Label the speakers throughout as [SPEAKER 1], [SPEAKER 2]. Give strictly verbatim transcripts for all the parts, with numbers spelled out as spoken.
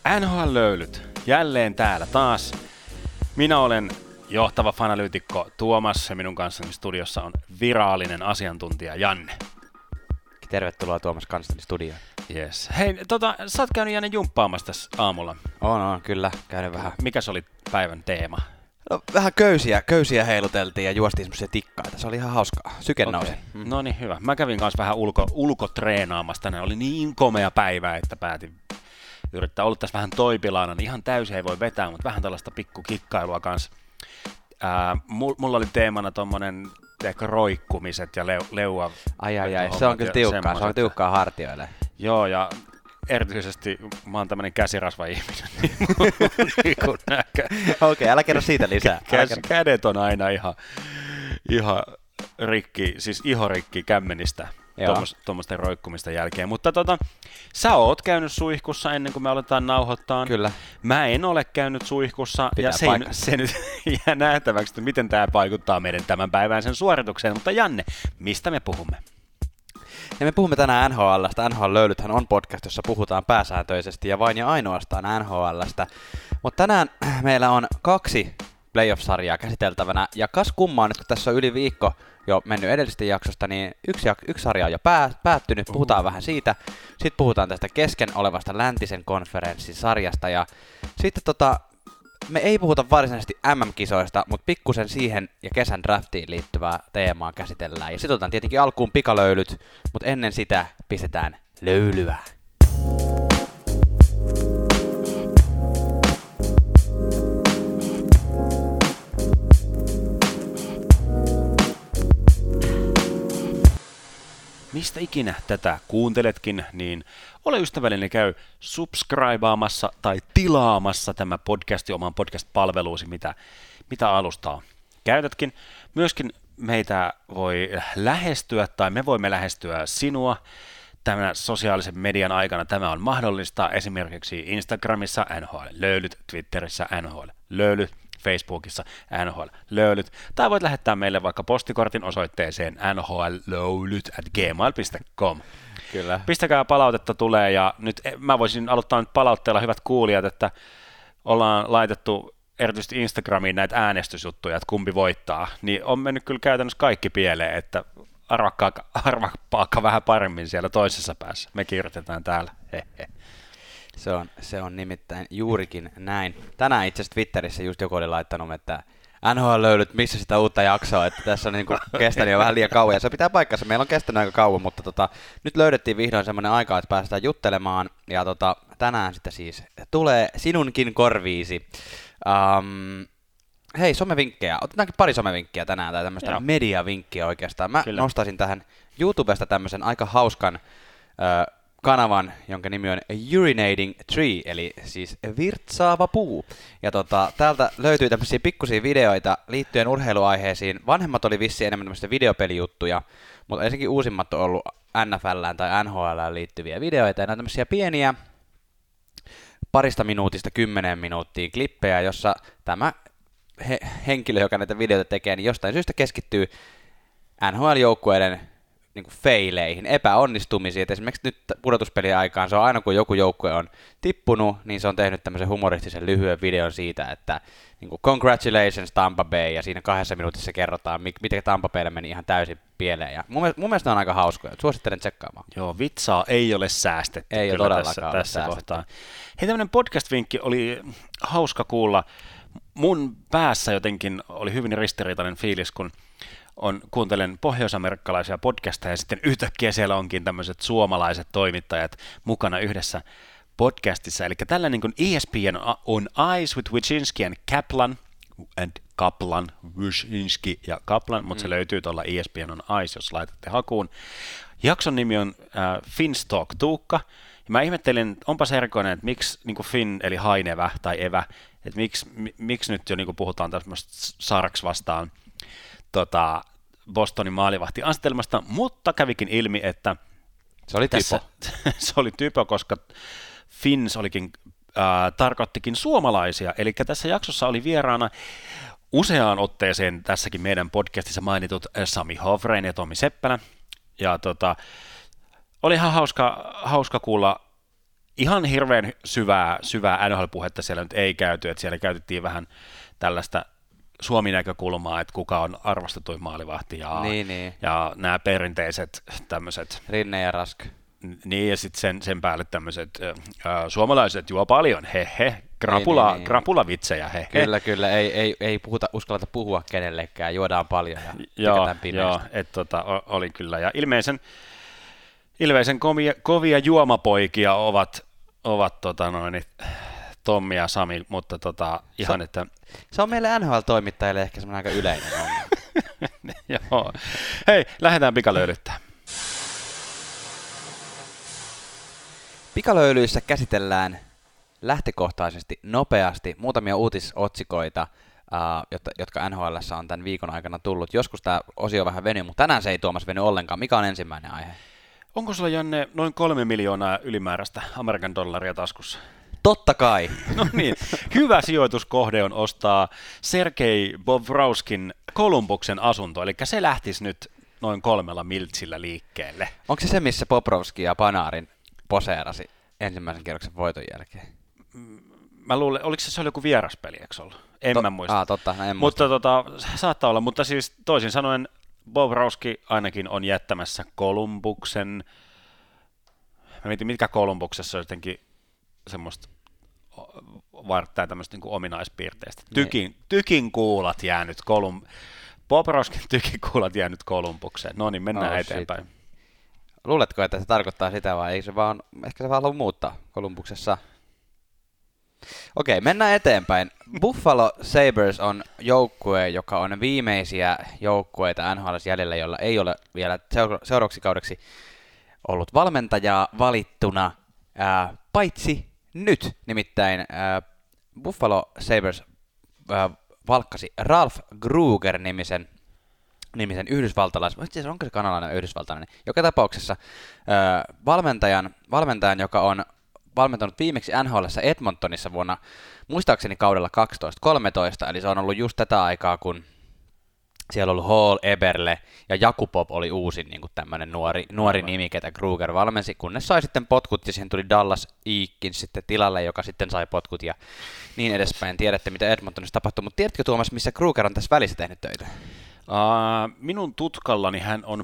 [SPEAKER 1] N H L-löylyt, jälleen täällä taas. Minä olen johtava fanalyytikko Tuomas ja minun kanssani studiossa on virallinen asiantuntija Janne.
[SPEAKER 2] Tervetuloa Tuomas kanssani studioon.
[SPEAKER 1] Yes. Hei, tota, sä oot käynyt Janne jumppaamassa tässä aamulla.
[SPEAKER 2] On, on, kyllä. Käynyt vähän.
[SPEAKER 1] Mikäs oli päivän teema?
[SPEAKER 2] No, vähän köysiä, köysiä heiluteltiin ja juostiin semmoisia tikkaita. Se oli ihan hauskaa. Syke okay. nousi.
[SPEAKER 1] Mm. No niin, hyvä. Mä kävin kanssa vähän ulko, ulkotreenaamassa tänään. Oli niin komea päivä, että päätin yrittää olla tässä vähän toipilaana. Niin ihan täysin ei voi vetää, mutta vähän tällaista pikkukikkailua kanssa. Ää, mulla oli teemana tommonen ehkä roikkumiset ja leu, leua.
[SPEAKER 2] Ai ai ai, se on kyllä tiukkaa, se on tiukkaa hartioille.
[SPEAKER 1] Joo, ja erityisesti mä oon tämmönen käsirasva-ihminen. Niin
[SPEAKER 2] Okei, okay, älä kerro siitä lisää.
[SPEAKER 1] Käs, kädet on aina ihan, ihan rikki, siis ihorikki kämmenistä tuommoisten roikkumista jälkeen. Mutta tota, sä oot käynyt suihkussa ennen kuin me aletaan nauhoittaa.
[SPEAKER 2] Kyllä.
[SPEAKER 1] Mä en ole käynyt suihkussa.
[SPEAKER 2] Pitää
[SPEAKER 1] ja se, se nyt jää nähtäväksi, että miten tää vaikuttaa meidän tämän päivän sen suoritukseen. Mutta Janne, mistä me puhumme?
[SPEAKER 2] Ja me puhumme tänään N H L:stä. N H L-löylythän on podcast, jossa puhutaan pääsääntöisesti ja vain ja ainoastaan N H L:stä. Mutta tänään meillä on kaksi playoff-sarjaa käsiteltävänä. Ja kas kummaa nyt, kun tässä on yli viikko jo mennyt edellisestä jaksosta, niin yksi, yksi sarja on jo pää, päättynyt. Puhutaan uh. vähän siitä. Sitten puhutaan tästä kesken olevasta läntisen konferenssin sarjasta. Ja sitten tota, me ei puhuta varsinaisesti M M-kisoista, mutta pikkusen siihen ja kesän draftiin liittyvää teemaa käsitellään. Ja sitten otetaan tietenkin alkuun pikalöylyt, mutta ennen sitä pistetään löylyä.
[SPEAKER 1] Mistä ikinä tätä kuunteletkin, niin ole ystävällinen, käy subscribaamassa tai tilaamassa tämä podcasti oman podcast-palveluusi, mitä, mitä alustaa käytätkin. Myöskin meitä voi lähestyä tai me voimme lähestyä sinua tämän sosiaalisen median aikana. Tämä on mahdollista esimerkiksi Instagramissa N H L-löylyt, Twitterissä N H L-löylyt, Facebookissa N H L-löylyt, tai voit lähettää meille vaikka postikortin osoitteeseen n h l löylyt at gmail dot com.
[SPEAKER 2] Kyllä.
[SPEAKER 1] Pistäkää palautetta tulee, ja nyt mä voisin aloittaa nyt palautteella, hyvät kuulijat, että ollaan laitettu erityisesti Instagramiin näitä äänestysjuttuja, että kumpi voittaa, niin on mennyt kyllä käytännössä kaikki pieleen, että arvappaakka vähän paremmin siellä toisessa päässä. Me kirjoitetaan täällä. Hehe.
[SPEAKER 2] Se on, se on nimittäin juurikin näin. Tänään itse asiassa Twitterissä just joku oli laittanut, että N H L-löylyt, missä sitä uutta jaksoa, että tässä on niinku kestänyt jo vähän liian kauan, ja se pitää paikkansa, meillä on kestänyt aika kauan, mutta tota, nyt löydettiin vihdoin semmoinen aika, että päästään juttelemaan, ja tota, tänään sitä siis tulee sinunkin korviisi. Um, hei, somevinkkejä, otetaankin pari somevinkkiä tänään, tai tämmöistä mediavinkkiä oikeastaan. Mä Kyllä. nostaisin tähän YouTubesta tämmöisen aika hauskan uh, kanavan, jonka nimi on Urinating Tree, eli siis virtsaava puu. Ja tota, täältä löytyy tämmöisiä pikkusia videoita liittyen urheiluaiheisiin. Vanhemmat oli vissiin enemmän tämmöistä videopelijuttuja, mutta ensinnäkin uusimmat on ollut N F L:ään tai N H L:ään liittyviä videoita. Ja nämä on tämmöisiä pieniä parista minuutista kymmeneen minuuttiin klippejä, jossa tämä he- henkilö, joka näitä videoita tekee, niin jostain syystä keskittyy N H L-joukkueiden niin kuin feileihin, epäonnistumisiin. Et esimerkiksi nyt pudotuspelien aikaan se on aina kun joku joukkue on tippunut, niin se on tehnyt tämmöisen humoristisen lyhyen videon siitä, että niin kuin congratulations Tampa Bay, ja siinä kahdessa minuutissa kerrotaan, miten Tampa Baylle meni ihan täysin pieleen. Ja mun, mun mielestä ne on aika hauskoja, suosittelen tsekkaamaan.
[SPEAKER 1] Joo, vitsaa ei ole säästetty
[SPEAKER 2] ei
[SPEAKER 1] kyllä
[SPEAKER 2] ole
[SPEAKER 1] tässä, tässä kohtaa. Hei, tämmöinen podcast-vinkki oli hauska kuulla. Mun päässä jotenkin oli hyvin ristiriitainen fiilis, kun on, kuuntelen pohjoisamerikkalaisia podcasteja ja sitten yhtäkkiä siellä onkin tämmöiset suomalaiset toimittajat mukana yhdessä podcastissa. Eli tällainen kuin E S P N on Ice with Wyszynski and Kaplan, and Kaplan, Wyszynski ja Kaplan, mutta mm. se löytyy tuolla E S P N on Ice, jos laitatte hakuun. Jakson nimi on äh, Finstock Tuukka. Ja mä ihmettelin, onpas erikoinen, että miksi niin kuin Finn eli hainevä tai evä, että miksi, mi, miksi nyt jo niin kuin puhutaan tämmöistä Sarks vastaan Tota, Bostonin maalivahtiasetelmasta, mutta kävikin ilmi, että
[SPEAKER 2] se oli
[SPEAKER 1] tässä, se oli typo, koska Finns olikin, äh, tarkoittikin suomalaisia, eli tässä jaksossa oli vieraana useaan otteeseen tässäkin meidän podcastissa mainitut Sami Hovrein ja Tommi Seppälä, ja tota, oli ihan hauska, hauska kuulla ihan hirveän syvää, syvää N H L-puhetta siellä nyt ei käyty, että siellä käytettiin vähän tällaista Suomi-näkökulmaa, että kuka on arvostetuin maalivahti ja,
[SPEAKER 2] niin, niin.
[SPEAKER 1] ja nämä perinteiset tämmöiset.
[SPEAKER 2] Rinne ja Rask.
[SPEAKER 1] Niin, ja sitten sen, sen päälle tämmöiset äh, suomalaiset juo paljon, he he, krapula, niin, niin, krapulavitsejä, he he.
[SPEAKER 2] Kyllä, kyllä, ei, ei, ei puhuta, uskalleta puhua kenellekään, juodaan paljon ja
[SPEAKER 1] joo, joo, että tota, oli kyllä, ja ilmeisen, ilmeisen kovia, kovia juomapoikia ovat, ovat tota noin, Tommi ja Sami, mutta tota, ihan, se, että...
[SPEAKER 2] Se on meille N H L-toimittajille ehkä semmoinen aika yleinen ongelma.
[SPEAKER 1] Joo. Hei, lähdetään pikalöylyttää.
[SPEAKER 2] Pikalöylyissä käsitellään lähtökohtaisesti nopeasti muutamia uutisotsikoita, uh, jotka N H L:ssä on tämän viikon aikana tullut. Joskus tämä osio vähän venyy, mutta tänään se ei Tuomas veny ollenkaan. Mikä on ensimmäinen aihe?
[SPEAKER 1] Onko sulla, Janne, noin kolme miljoonaa ylimääräistä Amerikan dollaria taskussa?
[SPEAKER 2] Totta kai.
[SPEAKER 1] No niin, hyvä sijoituskohde on ostaa Sergei Bobrovskin Columbuksen asunto, eli se lähtisi nyt noin kolmella miltsillä liikkeelle.
[SPEAKER 2] Onko se se, missä Bobrovski ja Panarin poseerasi ensimmäisen kierroksen voiton jälkeen?
[SPEAKER 1] Mä luulen, oliko se, se oli joku vieraspeli, eikö ollut? En to- mä muista.
[SPEAKER 2] Ah, totta, en
[SPEAKER 1] mutta tota, saattaa olla, mutta siis toisin sanoen Bobrovski ainakin on jättämässä Columbuksen. Mä mietin, mitkä Columbuksessa on jotenkin semmoista varttaa tämmöistä niin kuin ominaispiirteistä. Tykin, tykin kuulat jäänyt Kolum... Bobrovskin tykin kuulat jäänyt Columbukseen. No niin, mennään oh, eteenpäin.
[SPEAKER 2] Shit. Luuletko, että se tarkoittaa sitä vai ei se vaan, ehkä se vaan haluaa muuttaa Columbuksessa? Okei, mennään eteenpäin. Buffalo Sabres on joukkue, joka on viimeisiä joukkueita N H L:ssä jäljellä, jolla ei ole vielä seuraavaksi kaudeksi ollut valmentajaa valittuna, ää, paitsi nyt. Nimittäin ää, Buffalo Sabres ää, valkkasi Ralph Krueger-nimisen nimisen yhdysvaltalaisen, itse asiassa onko se kanalainen yhdysvaltalainen, joka tapauksessa ää, valmentajan, valmentajan, joka on valmentanut viimeksi N H L:ssä Edmontonissa vuonna, muistaakseni kaudella kaksitoista kolmetoista, eli se on ollut just tätä aikaa, kun siellä on ollut Hall, Eberle ja Jakubov oli uusin niin kuin tämmöinen nuori, nuori nimi, ketä Krueger valmensi, kunnes sai sitten potkut ja siihen tuli Dallas Eakins sitten tilalle, joka sitten sai potkut ja niin edespäin. Tiedätte, mitä Edmontonissa tapahtui, mutta tiedätkö Tuomas, missä Krueger on tässä välissä tehnyt töitä?
[SPEAKER 1] Uh, minun tutkallani hän on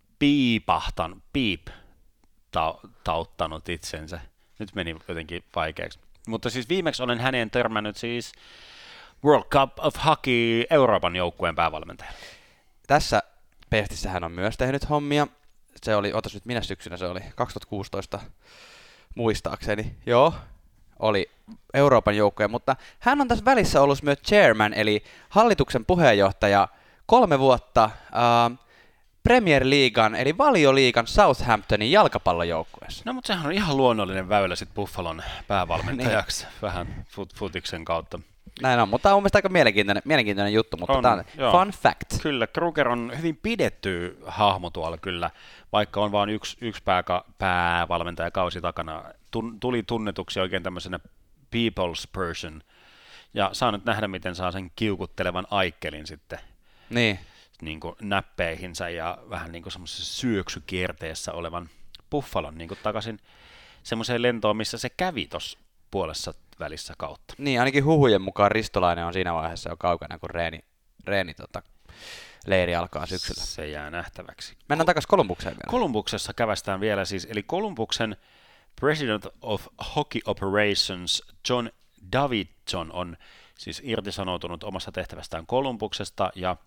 [SPEAKER 1] piipahtan, piip ta- tauttanut itsensä. Nyt meni jotenkin vaikeaksi. Mutta siis viimeksi olen hänen törmännyt siis World Cup of Hockey Euroopan joukkueen päävalmentaja.
[SPEAKER 2] Tässä pestissä hän on myös tehnyt hommia. Se oli, otas nyt minä syksynä, se oli kaksituhattakuusitoista muistaakseni. Joo, oli Euroopan joukkueen, mutta hän on tässä välissä ollut myös chairman, eli hallituksen puheenjohtaja kolme vuotta äh, Premier Leaguean, eli Valioliigan Southamptonin jalkapallojoukkueessa.
[SPEAKER 1] No, mutta sehän on ihan luonnollinen väylä sitten Buffalon päävalmentajaksi niin. Vähän fut, futiksen kautta.
[SPEAKER 2] Näin on, mutta tämä on mielestäni aika mielenkiintoinen, mielenkiintoinen juttu, mutta on, tämä on joo. Fun fact.
[SPEAKER 1] Kyllä, Krueger on hyvin pidetty hahmo tuolla kyllä, vaikka on vain yksi, yksi pääka, päävalmentajakausi takana. Tun, tuli tunnetuksi oikein tämmöisenä people's person, ja saa nyt nähdä, miten saa sen kiukuttelevan aikkelin sitten
[SPEAKER 2] niin.
[SPEAKER 1] Niin kuin näppeihinsä ja vähän niin kuin semmoisessa syöksykierteessä olevan Buffalon niin kuin takaisin semmoiseen lentoon, missä se kävi tuossa puolessa välissä kautta.
[SPEAKER 2] Niin, ainakin huhujen mukaan Ristolainen on siinä vaiheessa jo kaukana, kun reeni, reeni tota, leiri alkaa syksyllä.
[SPEAKER 1] Se jää nähtäväksi.
[SPEAKER 2] Mennään takaisin Columbukseen vielä.
[SPEAKER 1] Columbuksessa kävästään vielä siis, eli Columbuksen President of Hockey Operations John Davidson on siis irtisanoutunut omasta tehtävästään Columbuksesta, ja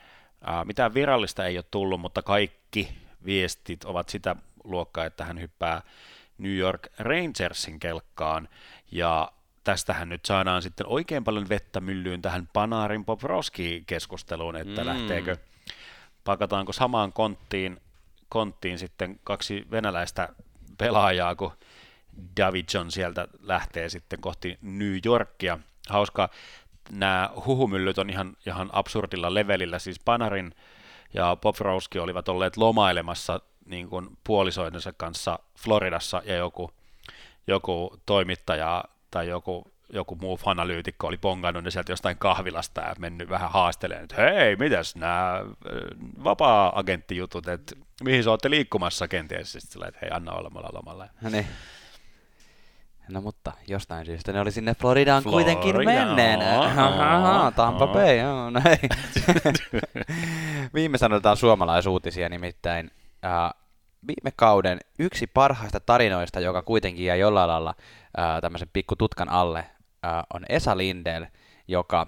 [SPEAKER 1] ää, mitään virallista ei ole tullut, mutta kaikki viestit ovat sitä luokkaa, että hän hyppää New York Rangersin kelkkaan, ja tästähän nyt saadaan sitten oikein paljon vettä myllyyn tähän Panarin Bobrovski-keskusteluun, että mm. lähteekö, pakataanko samaan konttiin, konttiin sitten kaksi venäläistä pelaajaa, kun Davidson sieltä lähtee sitten kohti New Yorkia. Hauska, nämä huhumyllyt on ihan, ihan absurdilla levelillä, siis Panarin ja Bobrovski olivat olleet lomailemassa niin kuin puolisoidensa kanssa Floridassa, ja joku, joku toimittaja tai joku, joku muu analyytikko oli pongannut ne sieltä jostain kahvilasta ja mennyt vähän haastelemaan, että hei, mitäs nämä vapaa-agenttijutut, että mihin sä ootte liikkumassa kenties, sitten sillä, että hei, anna olla, me ollaan lomalla.
[SPEAKER 2] No niin. No mutta jostain syystä ne oli sinne Floridaan
[SPEAKER 1] Florida,
[SPEAKER 2] kuitenkin menneen. Tampa Bay, joo, näin. Viime sanotaan suomalaisuutisia nimittäin. Uh, viime kauden yksi parhaista tarinoista, joka kuitenkin jäi jollain lailla uh, tämmöisen pikku tutkan alle, uh, on Esa Lindell, joka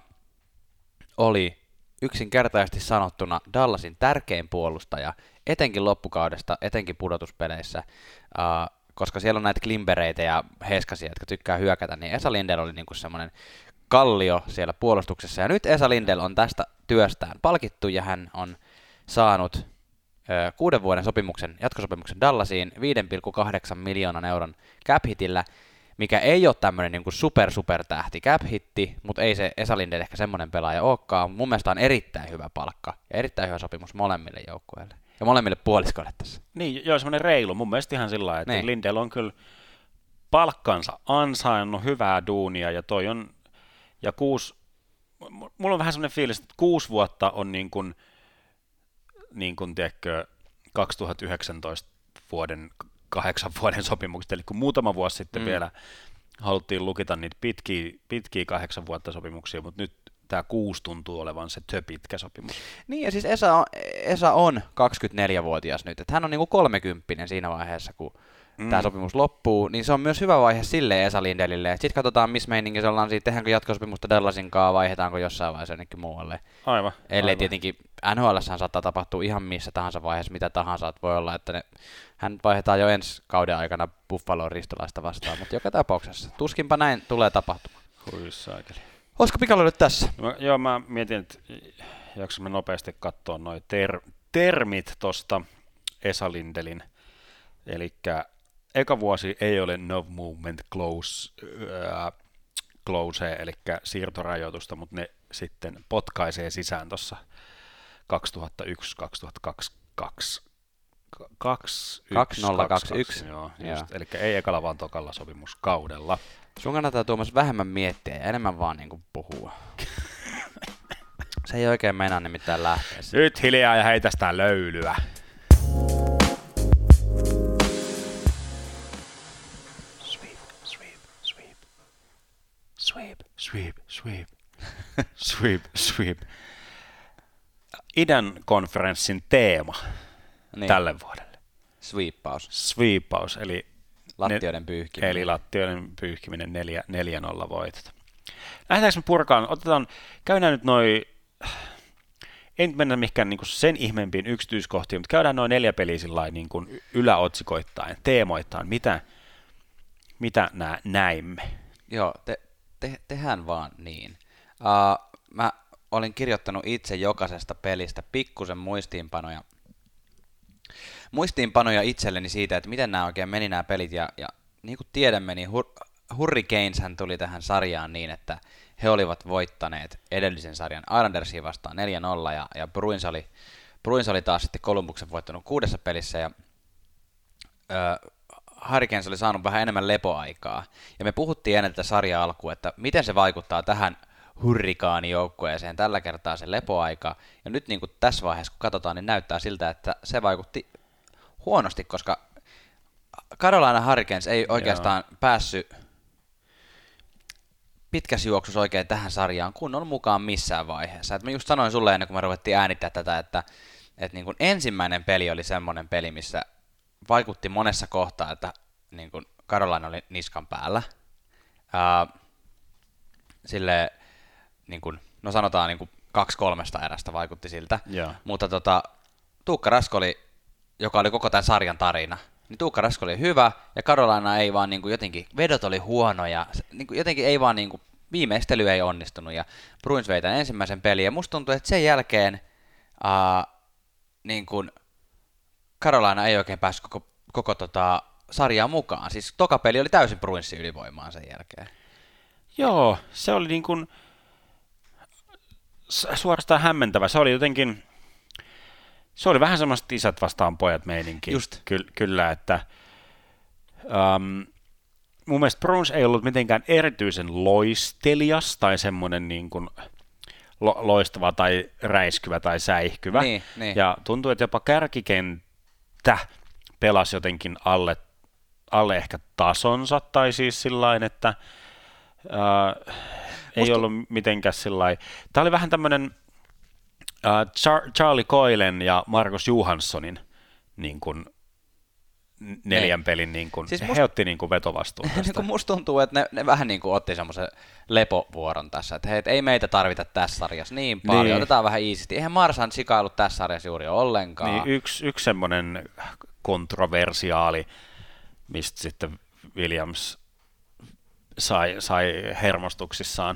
[SPEAKER 2] oli yksinkertaisesti sanottuna Dallasin tärkein puolustaja, etenkin loppukaudesta, etenkin pudotuspeleissä, uh, koska siellä on näitä klimbereitä ja heskasia, jotka tykkää hyökätä, niin Esa Lindell oli niinku semmoinen kallio siellä puolustuksessa, ja nyt Esa Lindell on tästä työstään palkittu, ja hän on saanut ö, kuuden vuoden sopimuksen, jatkosopimuksen Dallasiin viiden pilkku kahdeksan miljoonan euron cap-hitillä, mikä ei ole tämmöinen niinku super super tähti cap-hitti, mutta ei se Esa Lindell ehkä semmoinen pelaaja olekaan. Mun mielestä on erittäin hyvä palkka ja erittäin hyvä sopimus molemmille joukkueille. Ja molemmille puoliskoille tässä.
[SPEAKER 1] Niin, joo, semmoinen reilu. Mun mielestä ihan sillä lailla, että niin. Lindell on kyllä palkkansa ansainnut hyvää duunia, ja toi on, ja kuusi, mulla on vähän semmoinen fiilis, että kuusi vuotta on niin kuin, niin kuin tiedätkö, kaksituhattayhdeksäntoista vuoden, kahdeksan vuoden sopimukset, eli kun muutama vuosi sitten mm. vielä haluttiin lukita niitä pitkiä, pitkiä kahdeksan vuotta sopimuksia, mutta nyt tämä kuusi tuntuu olevan se töpitkä sopimus.
[SPEAKER 2] Niin, ja siis Esa on, Esa on kaksikymmentäneljävuotias nyt, että hän on niinku kolmekymppinen siinä vaiheessa, kun mm. tämä sopimus loppuu, niin se on myös hyvä vaihe sille Esa Lindellille. Sitten katsotaan, missä meininkissä ollaan siitä, tehdäänkö jatkosopimusta Dallasin kanssa, vaihdetaanko jossain vaiheessa jonnekin muualle.
[SPEAKER 1] Aivan.
[SPEAKER 2] Ellei
[SPEAKER 1] aivan.
[SPEAKER 2] Tietenkin N H L:ssähän saattaa tapahtua ihan missä tahansa vaiheessa, mitä tahansa, että voi olla, että ne, hän vaihdetaan jo ensi kauden aikana Buffaloon ristolaista vastaan, mutta joka tapauksessa. Tuskinpa näin tulee tapahtumaan.
[SPEAKER 1] Hui saakeli.
[SPEAKER 2] Olisiko Pikalu nyt tässä?
[SPEAKER 1] No, joo, mä mietin, että jaksamme nopeasti katsoa noi ter- termit tuosta Esa Lindellin. Elikkä eka vuosi ei ole no movement close, äh, close eli siirtorajoitusta, mutta ne sitten potkaisee sisään tuossa kaksituhattayksi kaksituhattakaksikymmentäkaksi.
[SPEAKER 2] kaksituhattakaksikymmentäyksi.
[SPEAKER 1] Joo, just, eli ei ekalla vaan tokalla sopimuskaudella.
[SPEAKER 2] Sun kannattaa Tuomas vähemmän miettiä ja enemmän vaan niinku puhua. Se ei oikein meinaa nimittäin lähteä.
[SPEAKER 1] Nyt hiljaa ja heitä sitä löylyä. Sweep, sweep, sweep. Sweep, sweep, sweep. Sweep, sweep. Idän konferenssin teema niin. Tälle vuodelle.
[SPEAKER 2] Sweepaus.
[SPEAKER 1] Sweepaus, eli
[SPEAKER 2] lattioiden pyyhkiminen.
[SPEAKER 1] Eli lattioiden pyyhkiminen neljä nolla voitot. Lähdetäänkö me purkaan? Otetaan, käydään nyt noi, ei nyt mennä mihinkään niin kuin sen ihmeempiin yksityiskohtiin, mutta käydään noin neljä peliä sillain niin kuin yläotsikoittain, teemoittain, mitä, mitä nää näimme.
[SPEAKER 2] Joo, te, te, tehdään vaan niin. Uh, mä olin kirjoittanut itse jokaisesta pelistä pikkusen muistiinpanoja, muistiinpanoja itselleni siitä, että miten nämä oikein meni nämä pelit, ja, ja niin kuin tiedämme, niin Hur- Hurricaneshän tuli tähän sarjaan niin, että he olivat voittaneet edellisen sarjan Islandersia vastaan neljä nolla, ja, ja Bruins, oli, Bruins oli taas sitten Columbuksen voittanut kuudessa pelissä, ja ö, Hurricanes oli saanut vähän enemmän lepoaikaa, ja me puhuttiin ennen tätä sarjaa alkuun, että miten se vaikuttaa tähän hurrikaanijoukkueeseen tällä kertaa se lepoaika, ja nyt niin kuin tässä vaiheessa, kun katsotaan, niin näyttää siltä, että se vaikutti huonosti, koska Carolina Hurricanes ei oikeastaan Joo. päässyt pitkässä juoksussa oikein tähän sarjaan kunnon mukaan missään vaiheessa. Et mä just sanoin sulle ennen kuin me ruvettiin äänittää tätä, että, että niin kuin ensimmäinen peli oli semmoinen peli, missä vaikutti monessa kohtaa, että niin kuin Carolina oli niskan päällä. Uh, sille niin kuin, no sanotaan niin kuin kaksi kolmesta erästä vaikutti siltä,
[SPEAKER 1] yeah.
[SPEAKER 2] mutta tota, Tuukka Rask oli, joka oli koko tämän sarjan tarina, niin Tuukka Rask oli hyvä, ja Carolina ei vaan niin kuin jotenkin, vedot oli huonoja, niin kuin jotenkin ei vaan niin kuin, viimeistely ei onnistunut, ja Bruins vei tämän ensimmäisen pelin, ja musta tuntuu, että sen jälkeen uh, niin kuin Carolina ei oikein päässyt koko, koko tota, sarjaa mukaan, siis toka peli oli täysin Bruinsin ylivoimaan sen jälkeen.
[SPEAKER 1] Joo, se oli niin kuin suorastaan hämmentävä. Se oli jotenkin, se oli vähän semmoista isät vastaan pojat meininki.
[SPEAKER 2] Just.
[SPEAKER 1] Ky- kyllä, että um, mun mielestä Bruins ei ollut mitenkään erityisen loistelias tai semmoinen niin kuin lo- loistava tai räiskyvä tai säihkyvä.
[SPEAKER 2] Niin, niin.
[SPEAKER 1] Ja tuntuu, että jopa kärkikenttä pelasi jotenkin alle, alle ehkä tasonsa, tai siis sillain, että ää, ei
[SPEAKER 2] Musta...
[SPEAKER 1] ollut mitenkään sillain. Tämä oli vähän tämmöinen ää, Char- Charlie Coylen ja Marcus Johanssonin niin kuin neljän ne. pelin, niin kuin, siis must... he otti niin kuin vetovastuun tästä.
[SPEAKER 2] Niin musta tuntuu, että ne, ne vähän niin kuin otti semmoisen lepovuoron tässä, että hei, ei meitä tarvita tässä sarjassa niin paljon, niin. Otetaan vähän iisisti. Eihän Marsan sikailut tässä sarjassa juuri ollenkaan.
[SPEAKER 1] Niin, yksi, yksi semmoinen kontroversiaali, mistä sitten Williams sai, sai hermostuksissaan.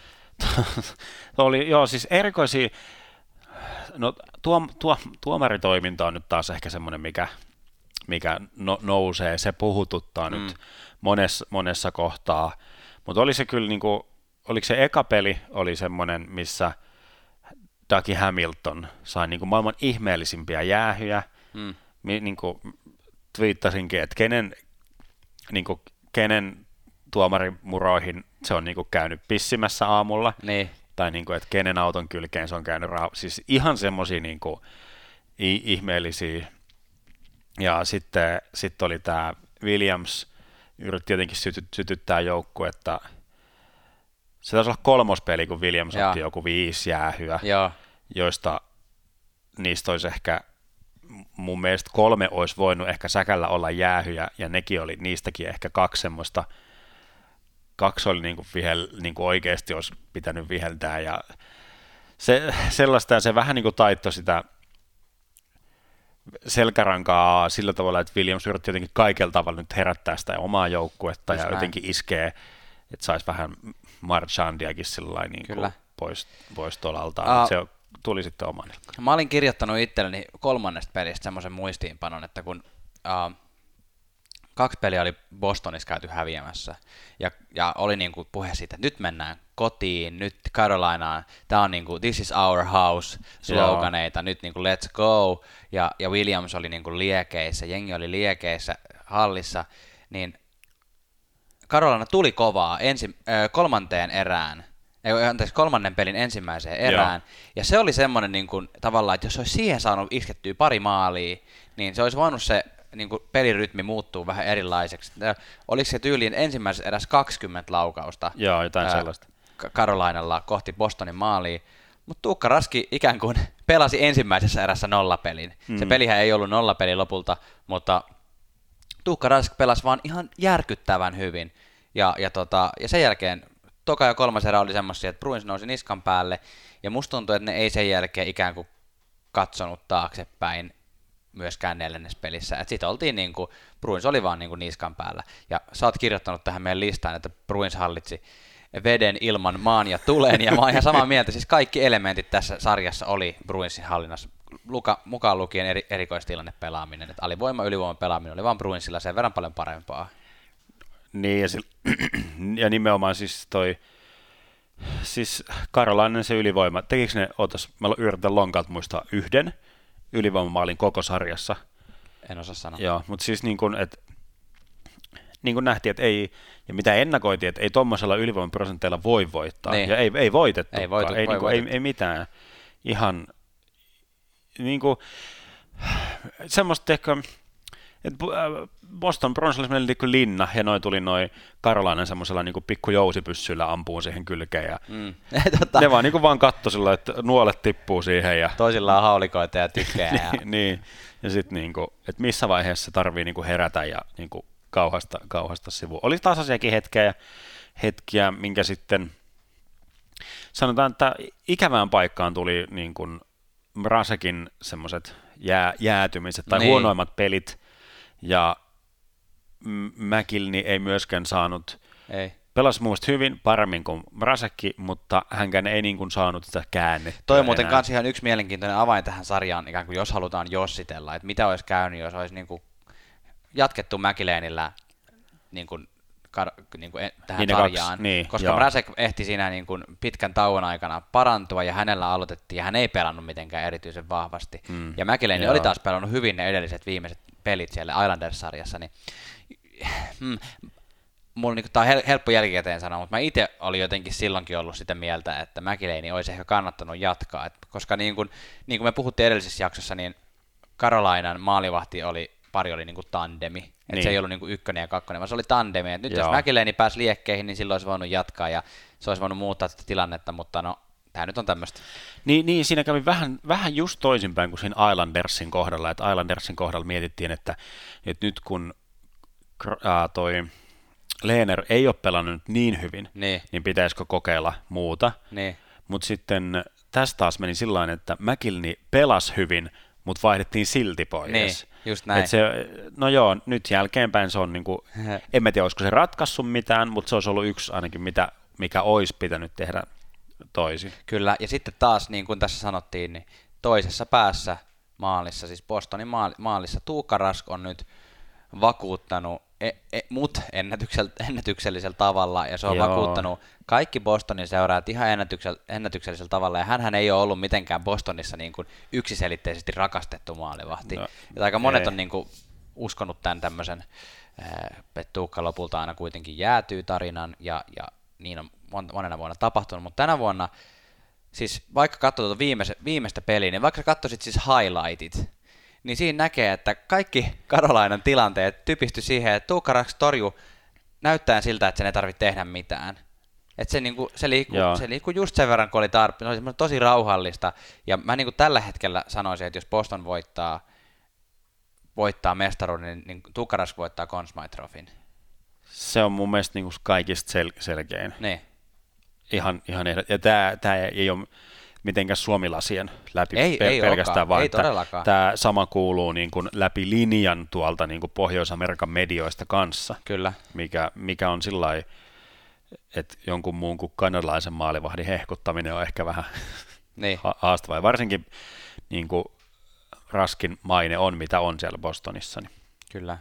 [SPEAKER 1] Oli, joo, siis erikoisia, no tuo, tuo, tuomaritoiminta on nyt taas ehkä semmoinen, mikä mikä no, nousee, se puhututtaa mm. nyt monessa, monessa kohtaa, mutta oli se kyllä, niin kuin, oliko se eka peli, oli semmoinen, missä Dougie Hamilton sai niin kuin maailman ihmeellisimpiä jäähyjä, mm. Mi, niin kuin twiittasinkin, että kenen, niin kuin, kenen tuomarimuroihin se on niin kuin käynyt pissimässä aamulla,
[SPEAKER 2] niin.
[SPEAKER 1] tai niin kuin, että kenen auton kylkeen se on käynyt, rah- siis ihan semmoisia niin kuin ihmeellisiä. Ja sitten sit oli tämä Williams, yritti jotenkin syty, sytyttää joukkuetta. Se taisi olla kolmospeli, kun Williams ja. otti joku viisi jäähyä, ja. joista niistä olisi ehkä, mun mielestä kolme olisi voinut ehkä säkällä olla jäähyjä, ja nekin oli, niistäkin ehkä kaksi semmoista, kaksi oli niinku vihel, niinku oikeasti olisi pitänyt viheltää, ja se, sellaista, ja se vähän niin kuin taittoi sitä selkärankaa sillä tavalla, että Williams yritti jotenkin kaikella tavalla nyt herättää sitä omaa joukkuetta ja näin. Jotenkin iskee, että saisi vähän Marchandiakin sillain niin kuin pois, pois tolaltaan. Uh, se tuli sitten oman.
[SPEAKER 2] Mä olin kirjoittanut itselleni kolmannesta pelistä semmoisen muistiinpanon, että kun uh, kaksi peliä oli Bostonissa käyty häviämässä ja, ja oli niin kuin puhe siitä, että nyt mennään kotiin, nyt Carolinaan, tämä on niin kuin this is our house sloganeita, nyt niin kuin let's go, ja, ja Williams oli niin kuin liekeissä, jengi oli liekeissä hallissa, niin Carolina tuli kovaa ensi, äh, kolmanteen erään, ei, anteeksi, kolmannen pelin ensimmäiseen erään, Joo. ja se oli semmoinen niin kuin, tavallaan, että jos olisi siihen saanut iskettyä pari maalia, niin se olisi voinut se niin kuin pelirytmi muuttuu vähän erilaiseksi. Oliko se tyyliin ensimmäisessä erässä kaksikymmentä laukausta
[SPEAKER 1] Joo, jotain ää, sellaista.
[SPEAKER 2] Carolinalla kohti Bostonin maalia, mutta Tuukka Raski ikään kuin pelasi ensimmäisessä erässä nollapelin. Mm. Se pelihän ei ollut nollapeli lopulta, mutta Tuukka Raski pelasi vaan ihan järkyttävän hyvin. Ja, ja, tota, ja sen jälkeen toka ja kolmas erä oli semmoisia, että Bruins nousi niskan päälle, ja musta tuntuu, että ne ei sen jälkeen ikään kuin katsonut taaksepäin myöskään neljännespelissä. Sitten oltiin niin kuin, Bruins oli vaan niin kuin niskan päällä. Ja sä oot kirjoittanut tähän meidän listaan, että Bruins hallitsi veden, ilman, maan ja tulen, ja mä oon ihan samaa mieltä. Siis kaikki elementit tässä sarjassa oli Bruinsin hallinnassa, Luka, mukaan lukien eri, erikoistilanne pelaaminen. Että alivoima, ylivoima pelaaminen oli vaan Bruinsilla sen verran paljon parempaa.
[SPEAKER 1] Niin, ja, sillä, ja nimenomaan siis toi, siis Carolinen se ylivoima, tekikö ne, ootas, mä yritän lonkalta muistaa yhden ylivoimamaalin koko sarjassa.
[SPEAKER 2] En osaa sanoa.
[SPEAKER 1] Joo, mutta siis niin kuin, että niin kuin nähtiin, että ei, ja mitä ennakoitiin, että ei tuommoisella ylivoimaprosenteilla voi voittaa, niin. ja ei, ei voitettu,
[SPEAKER 2] ei, voitu,
[SPEAKER 1] ei, niin kuin, ei,
[SPEAKER 2] voitettu.
[SPEAKER 1] ei mitään, ihan niin kuin, semmoista ehkä, että Boston Bruins oli meille kuin linna, ja noin tuli noin Carolinen semmoisella niin kuin pikku jousipyssyllä ampuu siihen kylkeen, ja
[SPEAKER 2] mm.
[SPEAKER 1] ne vaan, niin kuin vaan katsoi sillä, että nuolet tippuu siihen. Ja
[SPEAKER 2] toisilla on haulikoita ja tykkejä.
[SPEAKER 1] niin,
[SPEAKER 2] ja
[SPEAKER 1] niin, ja sitten niin kuin, että missä vaiheessa tarvii niin kuin herätä ja niin kuin kauhasta, kauhasta sivuun. Oli tasaisiakin hetkiä, hetkiä, minkä sitten sanotaan, että ikävään paikkaan tuli niin kuin Mrasekin semmoiset jää, jäätymiset tai niin. huonoimmat pelit, ja McIlney ei myöskään saanut,
[SPEAKER 2] ei.
[SPEAKER 1] pelasi muusta hyvin, paremmin kuin Mrazekki, mutta hänkään ei niin kuin saanut sitä käännettyä.
[SPEAKER 2] Toi on muuten kans ihan yksi mielenkiintoinen avain tähän sarjaan, ikään kuin jos halutaan jossitella, että mitä olisi käynyt, jos olisi niin kuin jatkettu McIlhenillä niin kuin, niin kuin tähän niin sarjaan, kaksi, niin, koska Mrazek ehti siinä niin kuin pitkän tauon aikana parantua, ja hänellä aloitettiin, ja hän ei pelannut mitenkään erityisen vahvasti, mm, ja McIlhen oli taas pelannut hyvin ne edelliset viimeiset pelit siellä Islanders-sarjassa, niin hmm, mulla niin, tää on hel- helppo jälkikäteen sanoa, mutta mä itse olin jotenkin silloinkin ollut sitä mieltä, että McIlhen olisi ehkä kannattanut jatkaa, et, koska niin kuin, niin kuin me puhuttiin edellisessä jaksossa, niin Carolinan maalivahti oli, pari oli niin kuin tandemi, Että
[SPEAKER 1] niin.
[SPEAKER 2] se ei ollut niinku ykkönen ja kakkonen, vaan se oli tandemi. Et nyt
[SPEAKER 1] Joo.
[SPEAKER 2] jos McElhaney pääsi liekkeihin, niin silloin olisi voinut jatkaa ja se olisi voinut muuttaa tätä tilannetta, mutta no, tämä nyt on tämmöistä.
[SPEAKER 1] Niin, niin, siinä kävi vähän, vähän just toisinpäin kuin siinä Islandersin kohdalla, että Islandersin kohdalla mietittiin, että, että nyt kun ää, toi Lehner ei ole pelannut niin hyvin,
[SPEAKER 2] Niin.
[SPEAKER 1] niin pitäisikö kokeilla muuta,
[SPEAKER 2] Niin.
[SPEAKER 1] mutta sitten tässä taas meni sillä tavalla, että McElhaney pelasi hyvin, mutta vaihdettiin silti pois.
[SPEAKER 2] Niin, just näin.
[SPEAKER 1] Et se, no joo, nyt jälkeenpäin se on, niinku, en mä tiedä, olisiko se ratkaissut mitään, mutta se olisi ollut yksi ainakin, mitä, mikä olisi pitänyt tehdä toisin.
[SPEAKER 2] Kyllä, ja sitten taas, niin kuin tässä sanottiin, niin toisessa päässä maalissa, siis Bostonin maali, maalissa, Tuukka Rask on nyt vakuuttanut e, e, mut ennätyksel, ennätyksellisellä tavalla, ja se on
[SPEAKER 1] Joo.
[SPEAKER 2] vakuuttanut kaikki Bostonin seuraajat ihan ennätyksel, ennätyksellisellä tavalla, ja hänhän ei ole ollut mitenkään Bostonissa niin kuin yksiselitteisesti rakastettu maalivahti.
[SPEAKER 1] No,
[SPEAKER 2] ja aika monet
[SPEAKER 1] ei.
[SPEAKER 2] on niin kuin uskonut tämän tämmöisen, että Tuukka lopulta aina kuitenkin jäätyy tarinan, ja, ja niin on monena vuonna tapahtunut, mutta tänä vuonna, siis vaikka katsoo tuota viimeistä, viimeistä peliä, niin vaikka katsoisit siis highlightit, niin siinä näkee, että kaikki Carolinan tilanteet typistyi siihen, että Tuukka Rask torjui näyttäen siltä, että sen ei tarvitse tehdä mitään. Että se, niinku, se, liikkuu, se liikkuu just sen verran, kun oli tarpeen. Se oli tosi rauhallista. Ja mä niinku tällä hetkellä sanoisin, että jos Boston voittaa, voittaa mestaruuden, niin, niin Tuukka Rask voittaa Conn Smythe Trophyn.
[SPEAKER 1] Se on mun mielestä niinku kaikista sel- selkein.
[SPEAKER 2] Niin.
[SPEAKER 1] Ihan, ihan ehdot. Ja tämä, tämä ei ole mitenkään suomilasien läpi
[SPEAKER 2] Ei,
[SPEAKER 1] pe-
[SPEAKER 2] ei
[SPEAKER 1] pelkästään,
[SPEAKER 2] olekaan,
[SPEAKER 1] vaan
[SPEAKER 2] ei
[SPEAKER 1] että
[SPEAKER 2] todellakaan.
[SPEAKER 1] tämä sama kuuluu niin kuin läpi linjan tuolta niin kuin Pohjois-Amerikan medioista kanssa,
[SPEAKER 2] Kyllä.
[SPEAKER 1] mikä, mikä on sillä lailla, että jonkun muun kuin kanadalaisen maalivahdin hehkuttaminen on ehkä vähän
[SPEAKER 2] Niin.
[SPEAKER 1] ha- haastavaa. Ja varsinkin niin kuin Raskin maine on, mitä on siellä Bostonissa. Niin.
[SPEAKER 2] Kyllä.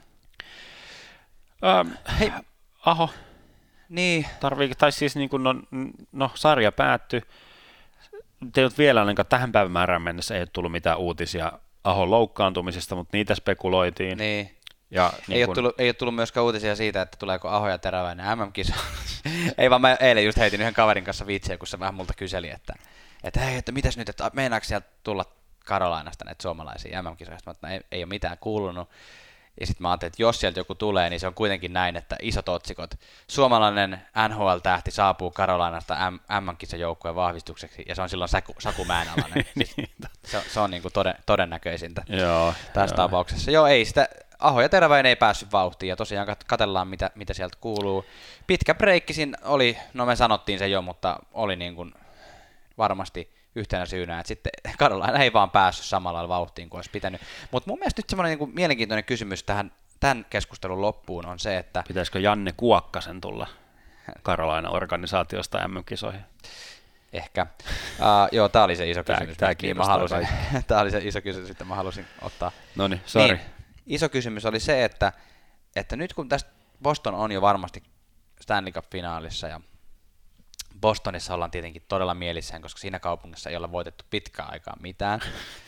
[SPEAKER 1] Ähm, hei, Aho,
[SPEAKER 2] Niin.
[SPEAKER 1] tarvii, tai siis niin kuin, no, no, sarja päättyi. Te ei vielä ainakaan tähän päivämäärään mennessä ei ole tullut mitään uutisia Ahon loukkaantumisesta, mutta niitä spekuloitiin.
[SPEAKER 2] Niin.
[SPEAKER 1] Ja, niin
[SPEAKER 2] Ei,
[SPEAKER 1] kun...
[SPEAKER 2] ole tullut, ei ole tullut myöskään uutisia siitä, että tuleeko Aho ja Teräväinen M M-kisa. Ei vaan mä eilen just heitin yhden kaverin kanssa viitsiä, kun se vähän multa kyseli, että, että hei, että mitäs nyt, että meinaako sieltä tulla Carolinasta näitä suomalaisia M M-kisoja? Mä ei, ei ole mitään kuulunut. Ja sitten mä ajattelin, että jos sieltä joku tulee, niin se on kuitenkin näin, että isot otsikot. Suomalainen N H L-tähti saapuu Carolinasta M M-kisajoukkueen vahvistukseksi, ja se on silloin Saku, Saku Mäenalainen.
[SPEAKER 1] niin,
[SPEAKER 2] se, se on niin kuin toden, todennäköisintä
[SPEAKER 1] joo,
[SPEAKER 2] tässä
[SPEAKER 1] joo.
[SPEAKER 2] tapauksessa. Joo, ei sitä, Aho ja Teräväinen ei päässyt vauhtiin, ja tosiaan kat- katsellaan, mitä, mitä sieltä kuuluu. Pitkä breikki siinä oli, no me sanottiin se jo, mutta oli niin kuin varmasti yhtenä syynä, että sitten Carolina ei vaan päässyt samalla lailla vauhtiin kuin olisi pitänyt. Mutta mun mielestä nyt semmoinen niin kuin mielenkiintoinen kysymys tähän tämän keskustelun loppuun on se, että
[SPEAKER 1] Pitäisikö Janne Kuokkasen tulla Carolina-organisaatiosta M M-kisoihin?
[SPEAKER 2] ehkä. Uh, joo, tämä oli se iso
[SPEAKER 1] Tää-
[SPEAKER 2] kysymys.
[SPEAKER 1] tää
[SPEAKER 2] Niin mä
[SPEAKER 1] kiinnostaa
[SPEAKER 2] halusin, tämä oli se iso kysymys, että mä halusin ottaa.
[SPEAKER 1] No niin, sori.
[SPEAKER 2] Niin, iso kysymys oli se, että, että nyt kun tästä Boston on jo varmasti Stanley Cup-finaalissa ja Bostonissa ollaan tietenkin todella mielissään, koska siinä kaupungissa ei ole voitettu pitkään aikaa mitään.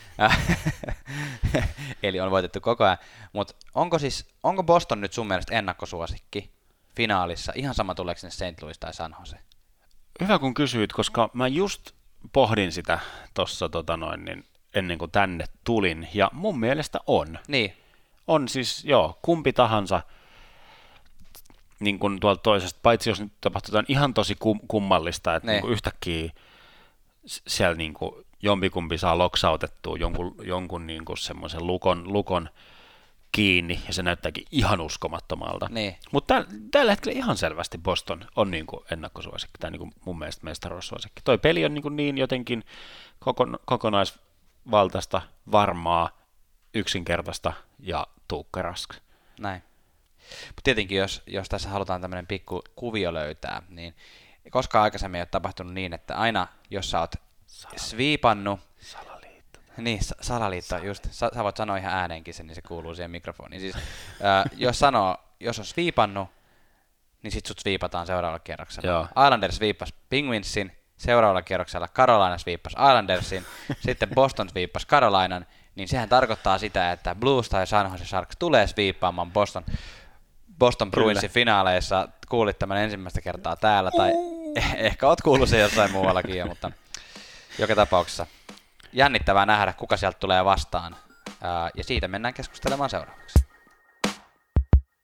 [SPEAKER 2] Eli on voitettu koko ajan. Mutta onko siis, onko Boston nyt sun mielestä ennakkosuosikki finaalissa? Ihan sama tuleeko sinne Saint Louis tai San Jose?
[SPEAKER 1] Hyvä kun kysyit, koska mä just pohdin sitä tuossa tota noin, niin ennen kuin tänne tulin, ja mun mielestä on.
[SPEAKER 2] Niin.
[SPEAKER 1] On siis, joo, kumpi tahansa niin kuin tuolta toisesta, paitsi jos nyt tapahtuu jotain ihan tosi kum- kummallista, että
[SPEAKER 2] Ne.
[SPEAKER 1] niin kuin yhtäkkiä s- siellä niin kuin jompikumpi saa loksautettua jonkun, jonkun niin kuin semmoisen lukon, lukon kiinni, ja se näyttääkin ihan uskomattomalta.
[SPEAKER 2] Niin.
[SPEAKER 1] Mutta täl, tällä hetkellä ihan selvästi Boston on niin kuin ennakkosuosikki, tai niin kuin mun mielestä mestaruussuosikki. Toi peli on niin, kuin niin jotenkin kokon, kokonaisvaltaista, varmaa, yksinkertaista ja Tuukka Rask.
[SPEAKER 2] Näin. Mutta tietenkin, jos, jos tässä halutaan tämmöinen pikku kuvio löytää, niin koskaan aikaisemmin ei ole tapahtunut niin, että aina jos sä oot sviipannut,
[SPEAKER 1] Salaliitto.
[SPEAKER 2] niin sa- salaliitto, just, sä, sä voit sanoa ihan ääneenkin sen, niin se kuuluu siihen mikrofoniin. Siis, ää, jos sanoo, jos on sviipannut, niin sit sut sviipataan seuraavalla kierroksella.
[SPEAKER 1] Joo.
[SPEAKER 2] Islanders sviippasi Penguinsin, seuraavalla kierroksella Carolina sviippasi Islandersin, sitten Boston sviippasi Carolinan, niin sehän tarkoittaa sitä, että Blues tai San Jose Sharks tulee sviippaamaan Boston, Boston Bruinsin finaaleissa. Kuulit tämän ensimmäistä kertaa täällä, tai ehkä oot kuullut sen jossain muuallakin jo, mutta joka tapauksessa jännittävää nähdä, kuka sieltä tulee vastaan, ää, ja siitä mennään keskustelemaan seuraavaksi.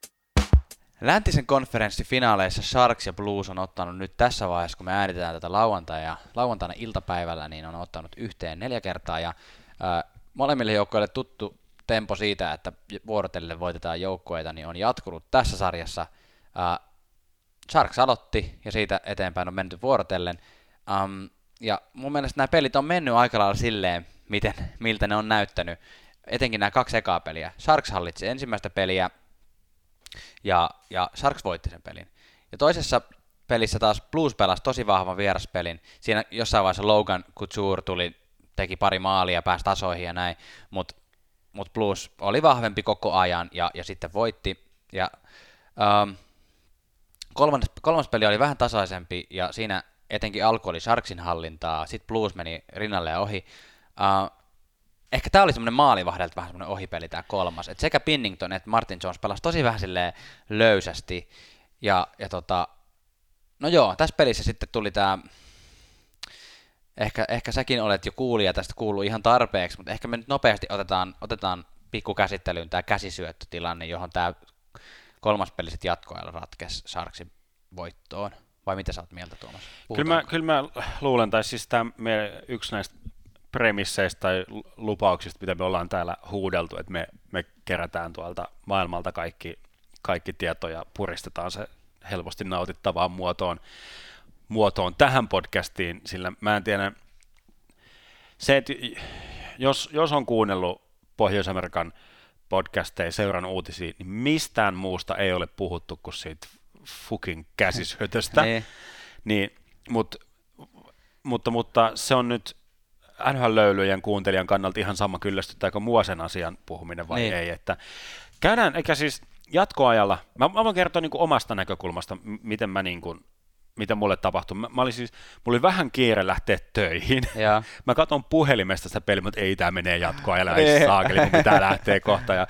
[SPEAKER 2] Läntisen konferenssifinaaleissa Sharks ja Blues on ottanut nyt tässä vaiheessa, kun me äänitetään tätä lauantaina, lauantaina iltapäivällä, niin on ottanut yhteen neljä kertaa. Ja, ää, molemmille joukkoille tuttu tempo siitä, että vuorotellen voitetaan joukkueita, niin on jatkunut tässä sarjassa. Ää, Sharks aloitti ja siitä eteenpäin on menty vuorotellen. Um, ja mun mielestä nämä pelit on mennyt aika lailla silleen, miten, miltä ne on näyttänyt. Etenkin nämä kaksi ekaa peliä. Sharks hallitsi ensimmäistä peliä ja, ja Sharks voitti sen pelin. Ja toisessa pelissä taas Blues pelasi tosi vahvan vieraspelin. Siinä jossain vaiheessa Logan Couture tuli, teki pari maalia ja pääsi tasoihin ja näin, mutta mut Blues oli vahvempi koko ajan ja, ja sitten voitti. Ja, um, kolmas, kolmas peli oli vähän tasaisempi ja siinä etenkin alku oli Sharksin hallintaa, sitten Blues meni rinnalle ja ohi. Uh, ehkä tämä oli semmoinen maalivahdelta vähän semmoinen ohipeli tämä kolmas. Et sekä Binnington että Martin Jones pelasi tosi vähän silleen löysästi. Ja, ja tota, no joo, tässä pelissä sitten tuli tämä, ehkä, ehkä säkin olet jo kuulija, tästä kuuluu ihan tarpeeksi, mutta ehkä me nyt nopeasti otetaan, otetaan pikkukäsittelyyn tämä käsisyöttötilanne, johon tämä kolmas peli sitten jatkoajalla ratkesi Sharksin voittoon. Vai mitä sä oot mieltä, Tuomas?
[SPEAKER 1] Kyllä mä, kyllä mä luulen, tai siis tämä yksi näistä premisseistä tai lupauksista, mitä me ollaan täällä huudeltu, että me, me kerätään tuolta maailmalta kaikki, kaikki tieto ja puristetaan se helposti nautittavaan muotoon, muotoon tähän podcastiin, sillä mä en tiedä, se, että jos, jos on kuunnellut Pohjois-Amerikan podcasteja, seurannut uutisia, niin mistään muusta ei ole puhuttu kuin siitä fucking käsisyötöstä, niin, mut, mutta, mutta se on nyt N H L-löylyjen kuuntelijan kannalta ihan sama, kyllästyttääkö mua sen asian puhuminen vai niin. ei, että käydään, eikä siis jatkoajalla, mä, mä voin kertoa niin kuin omasta näkökulmasta, miten mä niin kuin, mitä mulle tapahtui. Mä, mä olin siis, mulla oli vähän kiire lähteä töihin. Ja. Mä katson puhelimesta sitä peliä, mutta ei tää menee jatkoajalla, ei saakeli, mun pitää lähteä kohta. Ja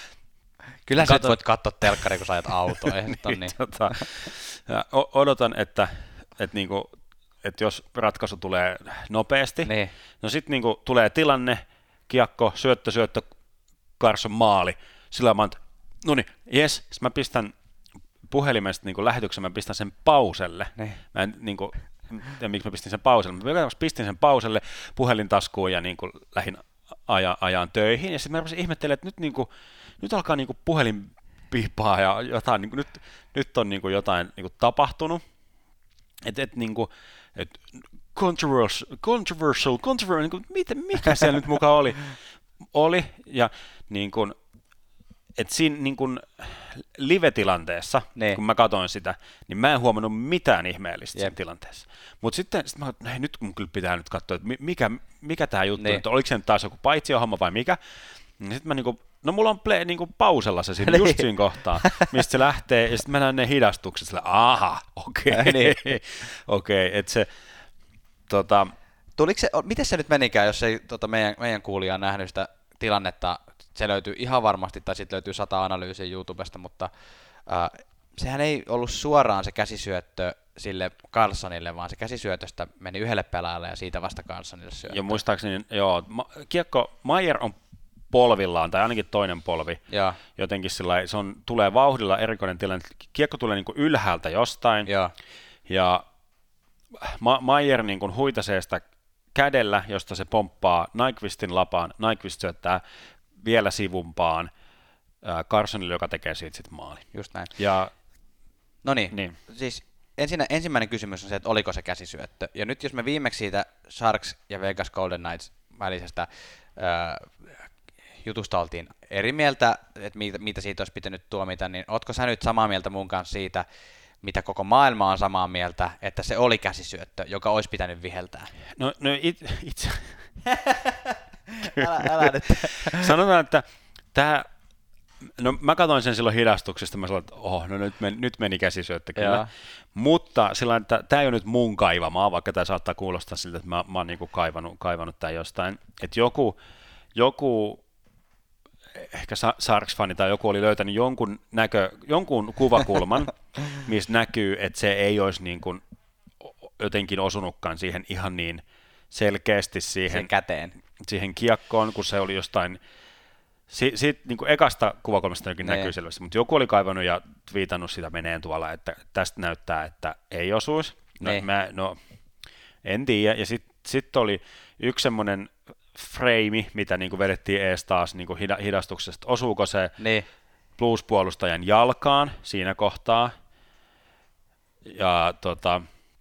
[SPEAKER 2] kyllä sä voit katsoa telkkari, kun sä ajat autoa. niin, niin.
[SPEAKER 1] Tota, ja odotan, että, että, niinku, että jos ratkaisu tulee nopeasti, niin. no sitten niinku tulee tilanne, kiekko, syöttö, syöttö, Carson maali. Sillä mä oon, no niin, jes, sitten mä pistän puhelimesta niin lähetyksen, mä pistän sen pauselle. Niin. Mä en, niin kuin, ja miksi mä pistin sen pauselle. Mä pistin sen pauselle puhelintaskuun ja niin kuin, lähdin aja, ajaan töihin. Ja sitten mä rupesin ihmettelemään, että nyt, niin kuin, nyt alkaa niin kuin, puhelin piipaa ja jotain, niin kuin, nyt, nyt on niin kuin, jotain niin kuin, tapahtunut. Että et, niin kuin, et, controversial, controversial, controversial, niin kuin, mitä, mikä siellä nyt mukaan oli? Oli, ja niin kuin, että siinä niin kun live-tilanteessa, ne. kun mä katsoin sitä, niin mä en huomannut mitään ihmeellistä Jep. siinä tilanteessa. Mutta sitten sit mä katsoin, että nyt mun kyllä pitää nyt katsoa, että mikä, mikä tämä juttu on, oliko se nyt taas joku paitsiohomma vai mikä. Sitten mä niinku, no mulla on play, niinku pausella se siinä, just siinä kohtaa, mistä se lähtee, ja sitten mä näen ne hidastukset, sillä aha, okei, okay. niin. okei, okay, että se, tota...
[SPEAKER 2] Tuliko se, miten se nyt menikään, jos ei tota, meidän, meidän kuulija on nähnyt sitä tilannetta, se löytyy ihan varmasti, tai sitten löytyy sata analyysiä YouTubesta, mutta äh, sehän ei ollut suoraan se käsisyöttö sille Carlsonille, vaan se käsisyötöstä meni yhdelle pelaajalle ja siitä vasta Carlsonille syöttö.
[SPEAKER 1] Ja muistaakseni, joo, ma- kiekko, Maier on polvillaan, tai ainakin toinen polvi, ja. jotenkin sillä se on, tulee vauhdilla erikoinen tilanne, kiekko tulee niin kuin ylhäältä jostain, ja, ja Ma- Maier niin kuin huitasee sitä kädellä, josta se pomppaa Nyqvistin lapaan, Nyqvist syöttää vielä sivumpaan äh, Carsonille, joka tekee siitä sitten maali.
[SPEAKER 2] Just näin.
[SPEAKER 1] Ja,
[SPEAKER 2] no niin, niin. Siis ensinnä, ensimmäinen kysymys on se, että oliko se käsisyöttö. Ja nyt jos me viimeksi siitä Sharks ja Vegas Golden Knights välisestä äh, jutusta oltiin eri mieltä, että mitä, mitä siitä olisi pitänyt tuomita, niin ootko sä nyt samaa mieltä mun kanssa siitä, mitä koko maailma on samaa mieltä, että se oli käsisyöttö, joka olisi pitänyt viheltää?
[SPEAKER 1] No, no it, itse...
[SPEAKER 2] älä, älä nyt.
[SPEAKER 1] Sanotaan, että tämä... No mä katsoin sen silloin hidastuksesta, mä sanoin, että oho, no nyt meni, nyt meni käsisyöttö kyllä. Jaa. Mutta sillä että tämä ei ole nyt mun kaivamaa, vaikka tämä saattaa kuulostaa siltä, että mä, mä oon niinku kaivannut, kaivannut tämän jostain. Että joku, joku ehkä Sharks-fani tai joku oli löytänyt jonkun, näkö, jonkun kuvakulman, missä näkyy, että se ei olisi niin kuin jotenkin osunutkaan siihen ihan niin selkeästi siihen,
[SPEAKER 2] käteen.
[SPEAKER 1] siihen kiekkoon, kun se oli jostain Si- siitä niin kuin ekasta kuvakulmasta jokin
[SPEAKER 2] Ne.
[SPEAKER 1] näkyy selvästi, mutta joku oli kaivannut ja twiitannut sitä meneen tuolla, että tästä näyttää, että ei osuisi. No,
[SPEAKER 2] Ne.
[SPEAKER 1] mä, no en tiedä. Ja sitten sit oli yksi semmoinen frame, mitä niin kuin vedettiin ees taas niin kuin hida- hidastuksesta. Osuuko se
[SPEAKER 2] Niin.
[SPEAKER 1] Blues-puolustajan jalkaan siinä kohtaa? Ja, tota,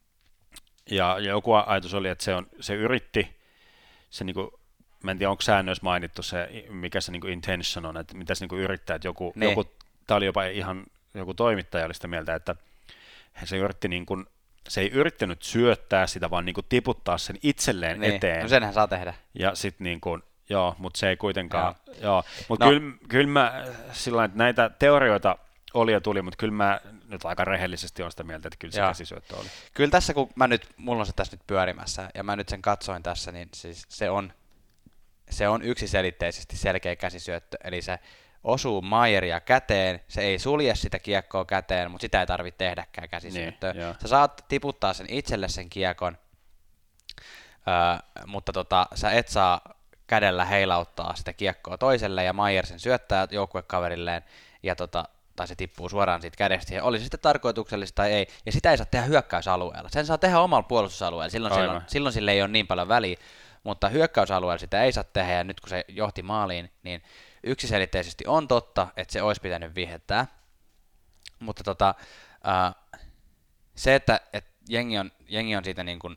[SPEAKER 1] ja, ja joku ajatus oli, että se, on, se yritti, se niin kuin, mä en tiedä, onko säännöissä mainittu se, mikä se niin kuin intention on, että mitä se niin kuin yrittää, että joku,
[SPEAKER 2] Niin.
[SPEAKER 1] joku, tämä oli jopa ihan joku toimittaja oli sitä mieltä, että se yritti niin kuin, se ei yrittänyt syöttää sitä, vaan niin kuin tiputtaa sen itselleen
[SPEAKER 2] Niin.
[SPEAKER 1] eteen.
[SPEAKER 2] No senhän saa tehdä.
[SPEAKER 1] Ja sitten niin kuin, joo, mutta se ei kuitenkaan, joo, joo. mutta
[SPEAKER 2] No.
[SPEAKER 1] kyllä, kyllä mä sillä että näitä teorioita oli ja tuli, mutta kyllä mä nyt aika rehellisesti olen sitä mieltä, että kyllä se
[SPEAKER 2] Joo.
[SPEAKER 1] käsisyöttö oli.
[SPEAKER 2] Kyllä tässä, kun mä nyt, mulla on se tässä nyt pyörimässä, ja mä nyt sen katsoin tässä, niin siis se on, se on yksiselitteisesti selkeä käsisyöttö, eli se osuu Maieria käteen, se ei sulje sitä kiekkoa käteen, mutta sitä ei tarvitse tehdäkään käsisyöttöä.
[SPEAKER 1] Niin, joo.
[SPEAKER 2] Sä saat tiputtaa sen itselle sen kiekon, öö, mutta tota, sä et saa kädellä heilauttaa sitä kiekkoa toiselle, ja Maier sen syöttää joukkuekaverilleen, ja tota, tai se tippuu suoraan siitä kädestä, ja oli se sitten tarkoituksellista tai ei, ja sitä ei saa tehdä hyökkäysalueella. Sen saa tehdä omalla puolustusalueella, silloin, silloin, silloin sille ei ole niin paljon väliä, mutta hyökkäysalueella sitä ei saa tehdä, ja nyt kun se johti maaliin, niin yksiselitteisesti on totta, että se olisi pitänyt vihettää, mutta tota, äh, se, että et jengi, on, jengi on siitä niin kuin,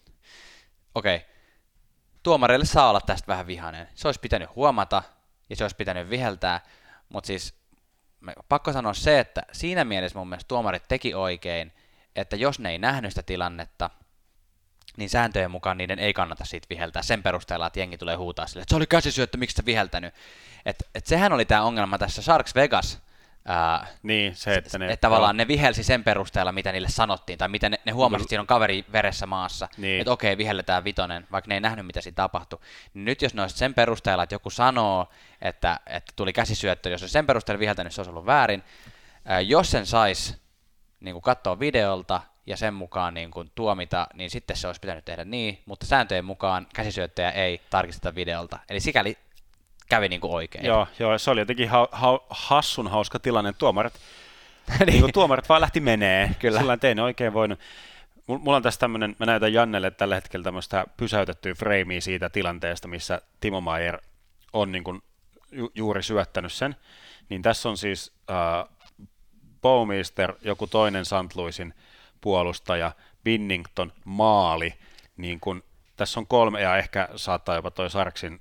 [SPEAKER 2] okei, okay, tuomareille saa olla tästä vähän vihainen, se olisi pitänyt huomata, ja se olisi pitänyt viheltää, mutta siis pakko sanoa se, että siinä mielessä mun mielestä tuomarit teki oikein, että jos ne ei nähnyt sitä tilannetta, niin sääntöjen mukaan niiden ei kannata siitä viheltää sen perusteella, että jengi tulee huutaa sille, että se oli käsisyöttö, miksi sä viheltänyt. Että et sehän oli tämä ongelma tässä Sharks Vegas, ää,
[SPEAKER 1] Niin, se, että ne...
[SPEAKER 2] että tavallaan ne vihelsi sen perusteella, mitä niille sanottiin, tai mitä ne, ne huomasi, että siinä on kaveri veressä maassa,
[SPEAKER 1] Niin.
[SPEAKER 2] että okei, vihelletään vitonen, vaikka ne ei nähnyt, mitä siinä tapahtui. Niin nyt jos ne olisi sen perusteella, että joku sanoo, että, että tuli käsisyöttö, jos se sen perusteella viheltänyt, se olisi ollut väärin. Ää, jos sen saisi niin katsoa videolta ja sen mukaan niin kuin tuomita, niin sitten se olisi pitänyt tehdä niin, mutta sääntöjen mukaan käsisyöttöjä ei tarkisteta videolta. Eli sikäli kävi niin kuin oikein.
[SPEAKER 1] Joo, joo, se oli jotenkin ha- ha- hassun hauska tilanne. Tuomarit, niin kuin tuomarit vaan lähti menee.
[SPEAKER 2] Kyllä.
[SPEAKER 1] Sillä ei ne oikein voinut. Mulla on tässä tämmöinen, mä näytän Jannelle tällä hetkellä tämmöistä pysäytettyä freimiä siitä tilanteesta, missä Timo Maier on niin kuin ju- juuri syöttänyt sen. Niin tässä on siis äh, Bowmeister, joku toinen Saint Louisin puolustaja, Binnington, maali. Niin kun, tässä on kolme, ja ehkä saattaa jopa toi Sarksin,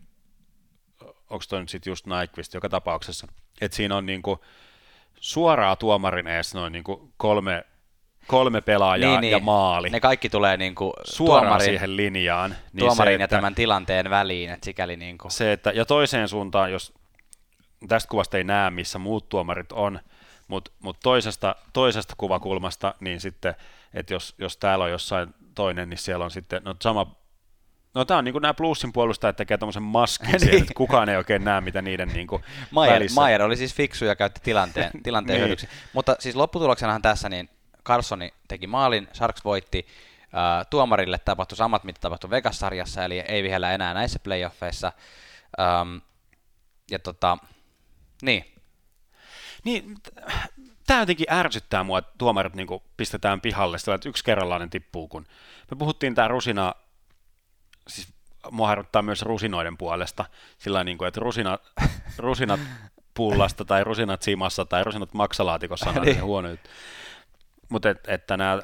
[SPEAKER 1] onko toi nyt sitten just Nyquist joka tapauksessa, että siinä on niinku suoraa tuomarin ees noin niinku kolme, kolme pelaajaa
[SPEAKER 2] niin, niin.
[SPEAKER 1] ja maali.
[SPEAKER 2] Ne kaikki tulee niinku
[SPEAKER 1] suoraan
[SPEAKER 2] tuomarin,
[SPEAKER 1] siihen linjaan. Niin
[SPEAKER 2] tuomarin
[SPEAKER 1] se,
[SPEAKER 2] ja
[SPEAKER 1] että,
[SPEAKER 2] tämän tilanteen väliin, että sikäli niinku.
[SPEAKER 1] se, että, ja toiseen suuntaan, jos tästä kuvasta ei näe, missä muut tuomarit on, mutta mut toisesta, toisesta kuvakulmasta, niin sitten, että jos, jos täällä on jossain toinen, niin siellä on sitten, no sama, no tää on niin kuin nämä Bluesin puolustajat tekee tommosen maskin siihen, että kukaan ei oikein näe, mitä niiden niin kuin
[SPEAKER 2] Maier,
[SPEAKER 1] välissä.
[SPEAKER 2] Maier oli siis fiksu ja käytti tilanteen, tilanteen
[SPEAKER 1] Niin.
[SPEAKER 2] hyödyksi. Mutta siis lopputuloksenahan tässä, niin Carlsoni teki maalin, Sharks voitti, äh, tuomarille tapahtui samat, mitä tapahtui Vegas-sarjassa, eli ei vihellä enää näissä playoffeissa. Ähm, ja tota, niin.
[SPEAKER 1] Niin, tämä jotenkin ärsyttää mua, että tuomarit niin kuin pistetään pihalle sillä, että yksi kerrallaan tippuu, kun me puhuttiin tämä rusina, siis mua harjoittaa myös rusinoiden puolesta, sillä niin kuin, että rusina, rusinat pullasta tai rusinat simassa tai rusinat maksalaatikossa on niin huono juttu. Mutta et, että nämä...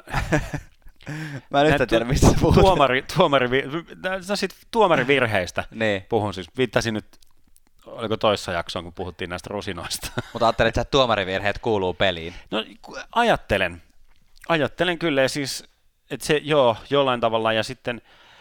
[SPEAKER 2] Mä en yhtään tiedä, mistä puhut.
[SPEAKER 1] Tuomari, tuomari, no sit tuomarivirheistä
[SPEAKER 2] Niin.
[SPEAKER 1] puhun siis. Viittasin nyt, oliko toissa jaksoon, kun puhuttiin näistä rusinoista.
[SPEAKER 2] Mutta ajattelin, että tuomarivirheet kuuluu peliin.
[SPEAKER 1] No ajattelen. Ajattelen kyllä, ja siis, että se joo, jollain tavalla, ja sitten,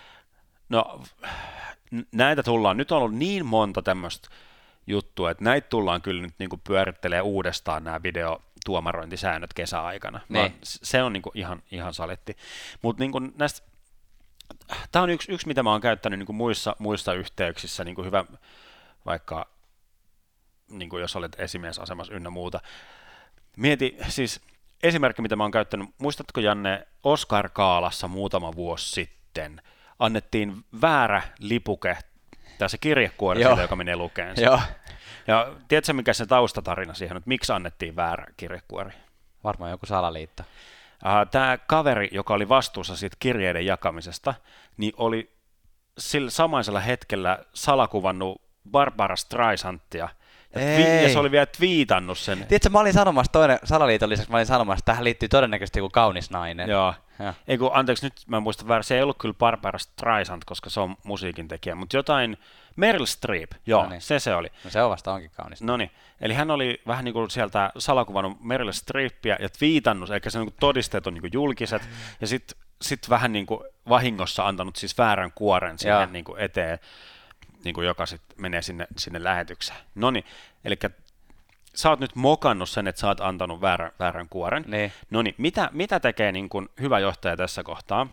[SPEAKER 1] no näitä tullaan, nyt on ollut niin monta tämmöistä juttua, että näitä tullaan kyllä nyt niin kuin pyörittelee uudestaan nämä videotuomarointisäännöt kesäaikana.
[SPEAKER 2] Niin.
[SPEAKER 1] Se on niin kuin ihan, ihan saletti. Mutta niin kuin näistä, tämä on yksi, yksi, mitä mä oon käyttänyt niin kuin muissa, muissa yhteyksissä, niin kuin hyvä, vaikka niin kuin jos olet esimiesasemassa ynnä muuta. Mieti, siis esimerkki, mitä mä oon käyttänyt, muistatko Janne, Oscar Kaalassa muutama vuosi sitten annettiin väärä lipuke, tai se kirjekuori sille, joka menee lukeen.
[SPEAKER 2] Joo.
[SPEAKER 1] Ja tiedätkö, mikä se taustatarina siihen, että miksi annettiin väärä kirjekuori?
[SPEAKER 2] Varmaan joku salaliitto.
[SPEAKER 1] Uh, Tämä kaveri, joka oli vastuussa siitä kirjeiden jakamisesta, niin oli sillä samaisella hetkellä salakuvannut Barbara Streisandtia. Ja, twi- ja se oli vielä twiitannut sen.
[SPEAKER 2] Tiedätkö, mä olin sanomassa toinen salaliiton lisäksi, mä olin sanomassa, että tähän liittyy todennäköisesti joku kaunis nainen.
[SPEAKER 1] Joo. Ei kun, anteeksi, nyt mä muistan väärin, se ei ollut kyllä Barbara Streisand, koska se on musiikin tekijä, mutta jotain, Meryl Streep, joo, no niin. se se oli.
[SPEAKER 2] No se on vasta onkin kaunis.
[SPEAKER 1] Noniin, eli hän oli vähän niin kuin sieltä salakuvannut Meryl Streepia ja twiitannut, eli se niin todisteet on niin kuin julkiset, ja sitten sit vähän niin kuin vahingossa antanut siis väärän kuoren siihen niin kuin eteen, niin kuin joka sitten menee sinne, sinne lähetykseen. Noniin, eli sä oot nyt mokannut sen, että sä oot antanut väärän, väärän kuoren.
[SPEAKER 2] Niin.
[SPEAKER 1] Noniin, mitä, mitä tekee niin kuin hyvä johtaja tässä kohtaa?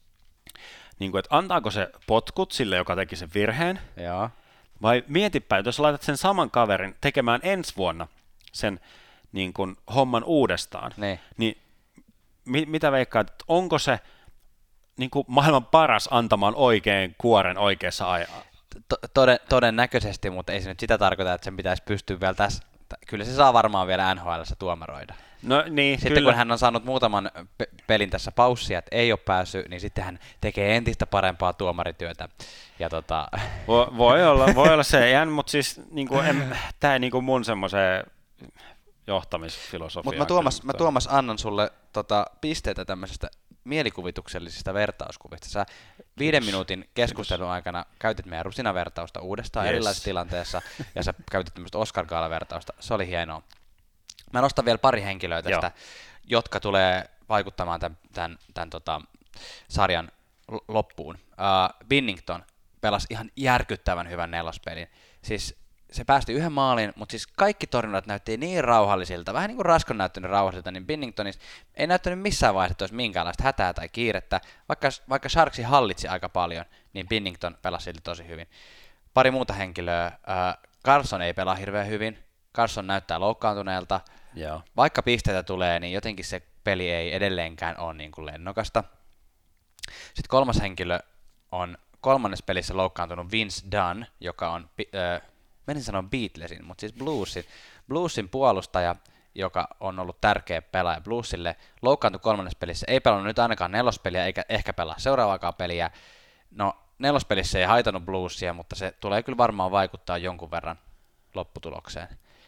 [SPEAKER 1] Niin kuin, että antaako se potkut sille, joka teki sen virheen?
[SPEAKER 2] Joo.
[SPEAKER 1] Vai mietipä, jos laitat sen saman kaverin tekemään ensi vuonna sen niin kuin, homman uudestaan,
[SPEAKER 2] niin,
[SPEAKER 1] niin mi- mitä veikkaat, että onko se niin kuin, maailman paras antamaan oikein kuoren oikeassa ajassa?
[SPEAKER 2] Toden, todennäköisesti, mutta ei se nyt sitä tarkoita, että sen pitäisi pystyä vielä tässä. Kyllä se saa varmaan vielä N H L:ssä tuomaroida.
[SPEAKER 1] No, niin,
[SPEAKER 2] sitten
[SPEAKER 1] kyllä.
[SPEAKER 2] Kun hän on saanut muutaman pe- pelin tässä paussia, että ei ole päässyt, niin sitten hän tekee entistä parempaa tuomarityötä. Ja tota...
[SPEAKER 1] Voi, voi, olla, voi olla se, jään, mutta siis niin tämä ei niin kuin mun semmoiseen johtamisfilosofiaan.
[SPEAKER 2] Mutta mä, Tuomas, mä Tuomas annan sulle tota, pisteitä tämmöisestä mielikuvituksellisista vertauskuvista. Sä viiden Kiitos. minuutin keskustelun aikana käytit meidän rusinavertausta uudestaan yes. erilaisessa tilanteessa, ja sä käytit tämmöistä Oscar-gaala-vertausta. Se oli hienoa. Mä nostan vielä pari henkilöä tästä, jotka tulee vaikuttamaan tämän, tämän, tämän tota, sarjan loppuun. Uh, Binnington pelasi ihan järkyttävän hyvän nelospelin. Siis se päästi yhden maalin, mutta siis kaikki torjunnat näytti niin rauhallisilta, vähän niin kuin Raskon näyttänyt rauhallisilta, niin Binningtonissa ei näyttänyt missään vaiheessa, että olisi minkäänlaista hätää tai kiirettä. Vaikka, vaikka Sharksi hallitsi aika paljon, niin Binnington pelasi silti tosi hyvin. Pari muuta henkilöä. Uh, Carson ei pelaa hirveän hyvin. Carson näyttää loukkaantuneelta.
[SPEAKER 1] Joo.
[SPEAKER 2] Vaikka pisteitä tulee, niin jotenkin se peli ei edelleenkään ole niin kuin lennokasta. Sitten kolmas henkilö on kolmannessa pelissä loukkaantunut Vince Dunn, joka on, äh, menin sanoa Beatlesin, mutta siis Bluesin, Bluesin puolustaja, joka on ollut tärkeä pelaaja Bluesille, loukkaantui kolmannessa pelissä, ei pelannut nyt ainakaan nelospeliä, eikä ehkä pelaa seuraavaakaan peliä. No, nelospelissä ei haitannut Bluesia, mutta se tulee kyllä varmaan vaikuttaa jonkun verran lopputulokseen.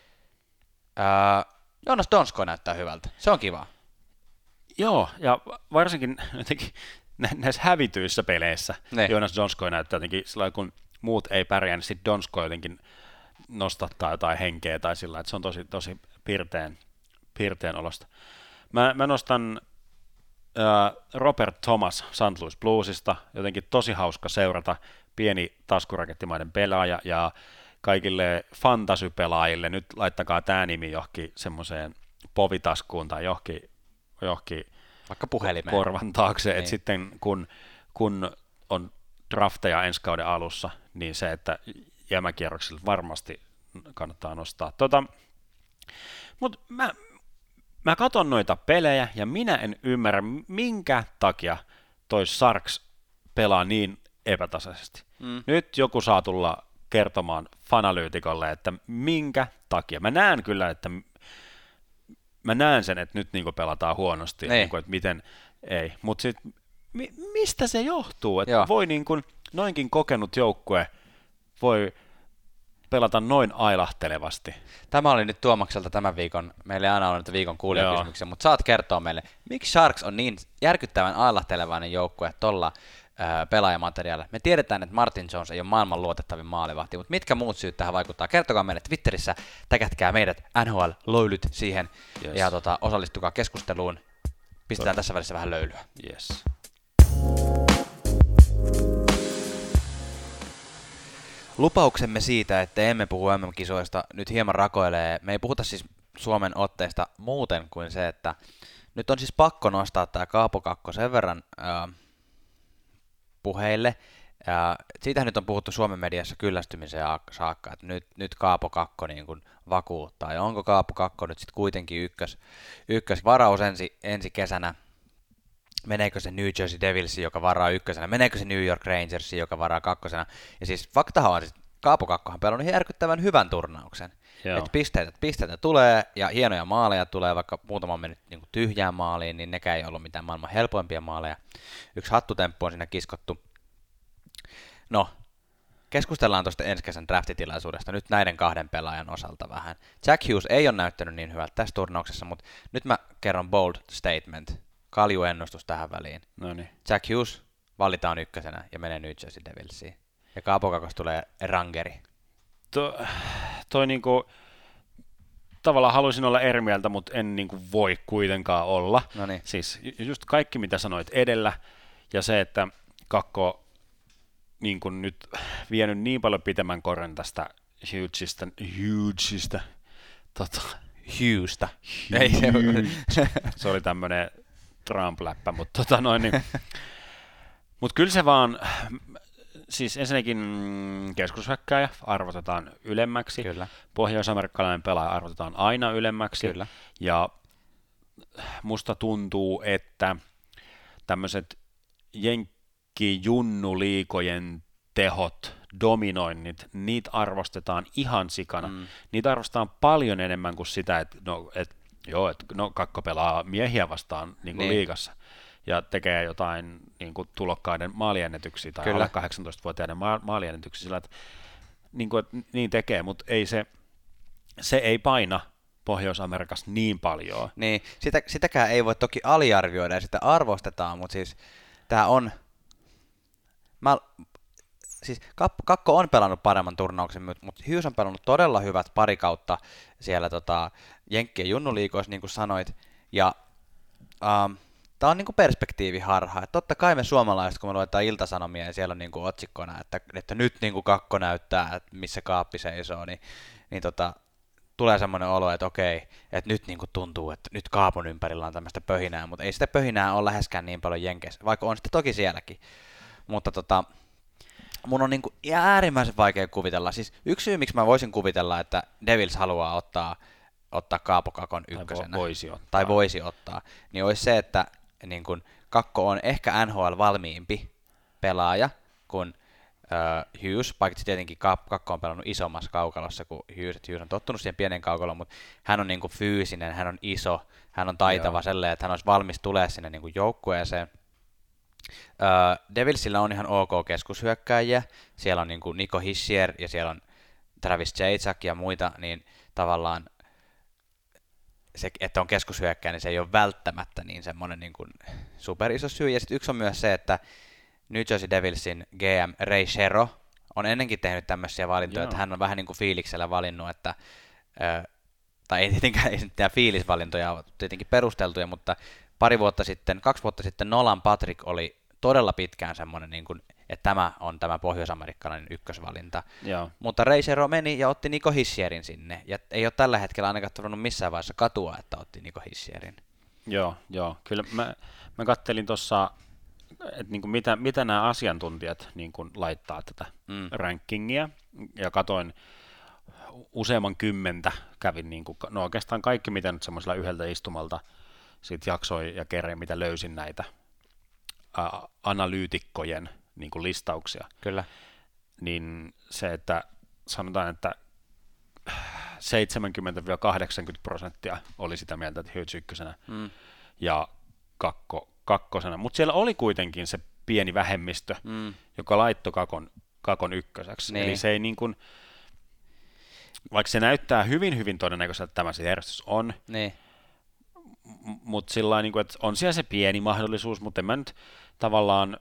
[SPEAKER 2] Öö, Jonas Donskoi näyttää hyvältä. Se on kiva.
[SPEAKER 1] Joo, ja varsinkin jotenkin näissä hävityissä peleissä ne. Jonas Donskoi näyttää jotenkin sillä kun muut ei pärjää, niin sitten Donskoi jotenkin nostattaa jotain henkeä tai sillä että se on tosi, tosi pirteen, pirteen olosta. Mä, mä nostan äh, Robert Thomas Saint Louis Bluesista, jotenkin tosi hauska seurata, pieni taskurakettimainen pelaaja, ja kaikille fantasy-pelaajille, nyt laittakaa tämä nimi johonkin semmoiseen povitaskuun tai johonkin, johonkin
[SPEAKER 2] vaikka puhelimeen
[SPEAKER 1] korvan taakse,
[SPEAKER 2] niin.
[SPEAKER 1] Että sitten kun, kun on drafteja ensi kauden alussa, niin se, että jäämäkierroksilla varmasti kannattaa nostaa. Tota, mutta mä, mä katson noita pelejä ja minä en ymmärrä, minkä takia toi Sharks pelaa niin epätasaisesti. Mm. Nyt joku saa tulla kertomaan fanalyytikolle, että minkä takia. Mä näen kyllä, että mä näen sen, että nyt niinku pelataan huonosti, niinku, että miten ei. Mutta sitten mi- mistä se johtuu, että Joo. voi niinku, noinkin kokenut joukkue voi pelata noin ailahtelevasti.
[SPEAKER 2] Tämä oli nyt Tuomakselta tämän viikon, meillä ei aina ole nyt viikon kuulijakysymyksiä, mutta saat kertoa meille, miksi Sharks on niin järkyttävän ailahtelevainen joukkue tuolla pelaajamateriaalilla. Me tiedetään, että Martin Jones ei ole maailman luotettavin maalivahti, mutta mitkä muut syyt tähän vaikuttaa? Kertokaa meille Twitterissä, täkätkää meidät N H L-löylyt siihen yes. ja tota, osallistukaa keskusteluun. Pistetään Tot. tässä välissä vähän löylyä.
[SPEAKER 1] Yes.
[SPEAKER 2] Lupauksemme siitä, että emme puhu M M-kisoista, nyt hieman rakoilee. Me ei puhuta siis Suomen otteista muuten kuin se, että nyt on siis pakko nostaa tämä Kaapo Kakko sen verran äh, puheille. Ja siitähän nyt on puhuttu Suomen mediassa kyllästymiseen saakka, että nyt, nyt Kaapo Kakko niin kuin vakuuttaa. Ja onko Kaapo Kakko nyt sitten kuitenkin ykkös, ykkös varaus ensi, ensi kesänä? Meneekö se New Jersey Devilsiin, joka varaa ykkösenä? Meneekö se New York Rangersiin, joka varaa kakkosena? Ja siis faktahan on, että Kaapo Kakkohan pelannut järkyttävän hyvän turnauksen. Että pisteitä, pisteitä tulee ja hienoja maaleja tulee, vaikka muutama on mennyt niin kuin tyhjään maaliin, niin nekään ei ollut mitään maailman helpoimpia maaleja. Yksi hattutemppu on siinä kiskottu. No, keskustellaan tuosta ensi kesän draftitilaisuudesta nyt näiden kahden pelaajan osalta vähän. Jack Hughes ei ole näyttänyt niin hyvältä tässä turnauksessa, mutta nyt mä kerron bold statement, kaljuennustus tähän väliin.
[SPEAKER 1] Noniin.
[SPEAKER 2] Jack Hughes valitaan ykkösenä ja menee New Jersey Devilsiin. Ja Kaapo Kakos tulee rangeri.
[SPEAKER 1] To, toi niinku, tavallaan haluaisin olla eri mieltä, mutta en niinku voi kuitenkaan olla.
[SPEAKER 2] Noniin.
[SPEAKER 1] Siis just kaikki, mitä sanoit edellä, ja se, että Kakko niin kuin nyt vienyt niin paljon pitemmän korren tästä Hughesista, Hughesista, tota,
[SPEAKER 2] Hughesta.
[SPEAKER 1] Ei, se, se oli tämmöinen Trump-läppä, mutta tota noin, niin, mut kyllä se vaan, siis ensinnäkin keskushyökkääjä arvotetaan ylemmäksi,
[SPEAKER 2] kyllä.
[SPEAKER 1] Pohjois-amerikkalainen pelaaja arvotetaan aina ylemmäksi,
[SPEAKER 2] kyllä.
[SPEAKER 1] Ja musta tuntuu, että tämmöiset jenkkijunnuliikojen tehot, dominoinnit, niitä arvostetaan ihan sikana. Mm. Niitä arvostetaan paljon enemmän kuin sitä, että no, et, joo, et, no, Kakko pelaa miehiä vastaan niin kuin liigassa ja tekee jotain niin kuin tulokkaiden maaliennetyksiä tai Kyllä. alle kahdeksantoistavuotiaiden ma- maaliennetyksiä sillä, että niin, kuin, että niin tekee, mutta ei se, se ei paina Pohjois-Amerikassa niin paljon.
[SPEAKER 2] Niin, sitä, sitäkään ei voi toki aliarvioida ja sitä arvostetaan, mutta siis tämä on, mä, siis Kakko on pelannut paremman turnauksen, mutta Hughes on pelannut todella hyvät pari kautta siellä tota, Jenkkien junnuliikoissa, niin kuin sanoit, ja ähm, tämä on niinku perspektiiviharha. Et totta kai me suomalaiset, kun me luetaan Ilta-Sanomia ja siellä on niinku otsikkona, että, että nyt niinku Kakko näyttää, että missä kaappi seisoo, niin, niin tota, tulee semmoinen olo, että okei, että nyt niinku tuntuu, että nyt Kaapon ympärillä on tämmöistä pöhinää, mutta ei sitä pöhinää ole läheskään niin paljon Jenkeissä, vaikka on sitä toki sielläkin. Mutta tota, mun on niinku äärimmäisen vaikea kuvitella. Siis yksi syy, miksi mä voisin kuvitella, että Devils haluaa ottaa, ottaa Kaapo Kakon ykkösenä,
[SPEAKER 1] tai voisi ottaa,
[SPEAKER 2] tai voisi ottaa, niin olisi se, että niin kun Kakko on ehkä N H L-valmiimpi pelaaja kuin uh, Hughes, paitsi tietenkin Kakko on pelannut isommassa kaukalossa kuin Hughes, että Hughes on tottunut siihen pienen kaukaloon, mutta hän on niin kuin fyysinen, hän on iso, hän on taitava selleen, että hän olisi valmis tulemaan sinne niin kuin joukkueeseen. Uh, Devilsillä on ihan ok keskushyökkääjiä, siellä on niin kuin Nico Hischier ja siellä on Travis Zajac ja muita, niin tavallaan se, että on keskushyökkääjä, niin se ei ole välttämättä niin semmoinen niin kuin superiso syy. Ja sitten yksi on myös se, että New Jersey Devilsin G M Ray Shero on ennenkin tehnyt tämmöisiä valintoja, Joo. että hän on vähän niin kuin fiiliksellä valinnut, että, ö, tai ei tietenkään ei mitään fiilisvalintoja ole tietenkin perusteltuja, mutta pari vuotta sitten, kaksi vuotta sitten Nolan Patrick oli todella pitkään semmoinen, niin kuin, että tämä on tämä pohjois-amerikkalainen ykkösvalinta.
[SPEAKER 1] Joo.
[SPEAKER 2] Mutta Ray Shero meni ja otti Nico Hischierin sinne, ja ei ole tällä hetkellä ainakaan todennut missään vaiheessa katua, että otti Nico Hischierin.
[SPEAKER 1] Joo, joo. Kyllä mä, mä kattelin tuossa, että niinku mitä, mitä nämä asiantuntijat niinku laittaa tätä mm. rankingia, ja katoin useamman kymmentä, kävin niinku, no oikeastaan kaikki, mitä nyt semmoisella yhdeltä istumalta sit jaksoi ja kerran, mitä löysin näitä ä, analyytikkojen niinku listauksia.
[SPEAKER 2] Kyllä.
[SPEAKER 1] Niin se, että sanotaan, että seitsemänkymmentä kahdeksankymmentä prosenttia oli sitä mieltä, että Hughes ykkösenä mm. ja kakko, kakkosena. Mutta siellä oli kuitenkin se pieni vähemmistö, mm. joka laittoi kakon, kakon ykköseksi. Niin. Eli se ei niin kuin, vaikka se näyttää hyvin, hyvin todennäköiseltä, että tämä se järjestys on,
[SPEAKER 2] niin.
[SPEAKER 1] m- mutta sillä niin kuin, että on siellä se pieni mahdollisuus, mutta en mä nyt tavallaan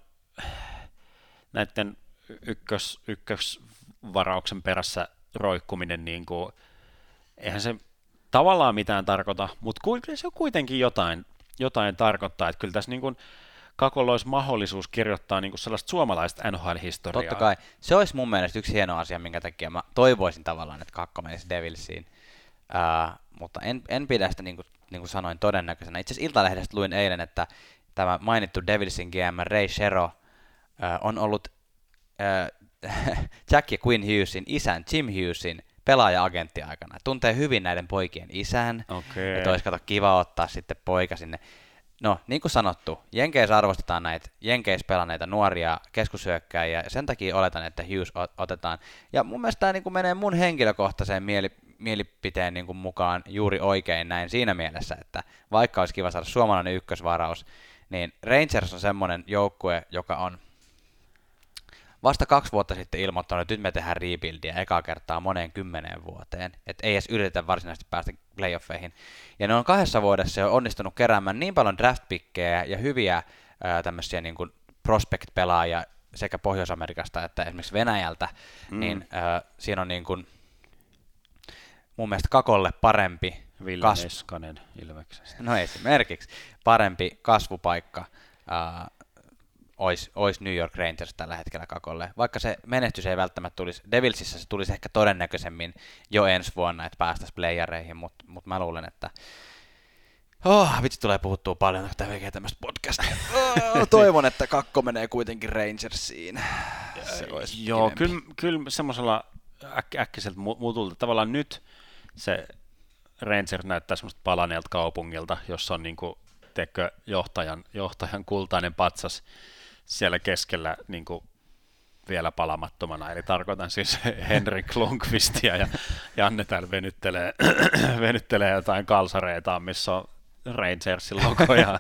[SPEAKER 1] näiden ykkös, ykkösvarauksen perässä roikkuminen, niin kuin, eihän se tavallaan mitään tarkoita, mutta kyllä se kuitenkin jotain, jotain tarkoittaa, että kyllä tässä niin kuin Kakolla olisi mahdollisuus kirjoittaa niin kuin sellaista suomalaista N H L-historiaa.
[SPEAKER 2] Totta kai. Se olisi mun mielestä yksi hieno asia, minkä takia mä toivoisin tavallaan, että Kakko menisi Devilsiin, uh, mutta en, en pidä sitä, niin kuin, niin kuin sanoin, todennäköisenä. Itse asiassa Iltalehdestä luin eilen, että tämä mainittu Devilsin G M Ray Shero uh, on ollut uh, Jack ja Quinn Hughesin isän, Jim Hughesin, pelaaja-agentti aikana. Tuntee hyvin näiden poikien isän,
[SPEAKER 1] okay.
[SPEAKER 2] että olisi kato kiva ottaa sitten poika sinne. No, niin kuin sanottu, Jenkeissä arvostetaan näitä Jenkeissä pelanneita nuoria keskushyökkäjiä, ja sen takia oletan, että Hughes otetaan. Ja mun mielestä tämä niin kuin menee mun henkilökohtaiseen mieli, mielipiteen niin kuin mukaan juuri oikein näin siinä mielessä, että vaikka olisi kiva saada suomalainen ykkösvaraus, niin Rangers on semmoinen joukkue, joka on vasta kaksi vuotta sitten ilmoittanut, että nyt me tehdään rebuildia ekaa kertaa moneen kymmeneen vuoteen, että ei edes yritetä varsinaisesti päästä playoffeihin. Ja ne on kahdessa vuodessa jo onnistunut keräämään niin paljon draftpikkejä ja hyviä ää, tämmöisiä niin kuin prospect-pelaajia sekä Pohjois-Amerikasta että esimerkiksi Venäjältä, mm. niin ää, siinä on niin kuin mun mielestä Kakolle parempi
[SPEAKER 1] Ville kas... Neskanen Ilveksestä.
[SPEAKER 2] No esimerkiksi parempi kasvupaikka ää, Ois, ois New York Rangers tällä hetkellä Kakolle. Vaikka se menestys ei välttämättä tulisi, Devilsissä se tulisi ehkä todennäköisemmin jo ensi vuonna, että päästäisiin playereihin, mutta mut mä luulen, että oh, vitsi tulee puhuttua paljon, kun tämä tekee tämmöistä podcastia. Oh, toivon, että Kakko menee kuitenkin Rangersiin. Se olisi
[SPEAKER 1] Joo, kyllä, kyllä semmoisella äk- äkkiseltä mutulta tavallaan nyt se Rangers näyttää semmoista palaneelta kaupungilta, jossa on niinku, teekö, johtajan, johtajan kultainen patsas siellä keskellä niin kuin vielä palamattomana, eli tarkoitan siis Henrik Lundqvistia ja Janne täällä venyttelee, venyttelee jotain kalsareita, missä on Rangersin logoja.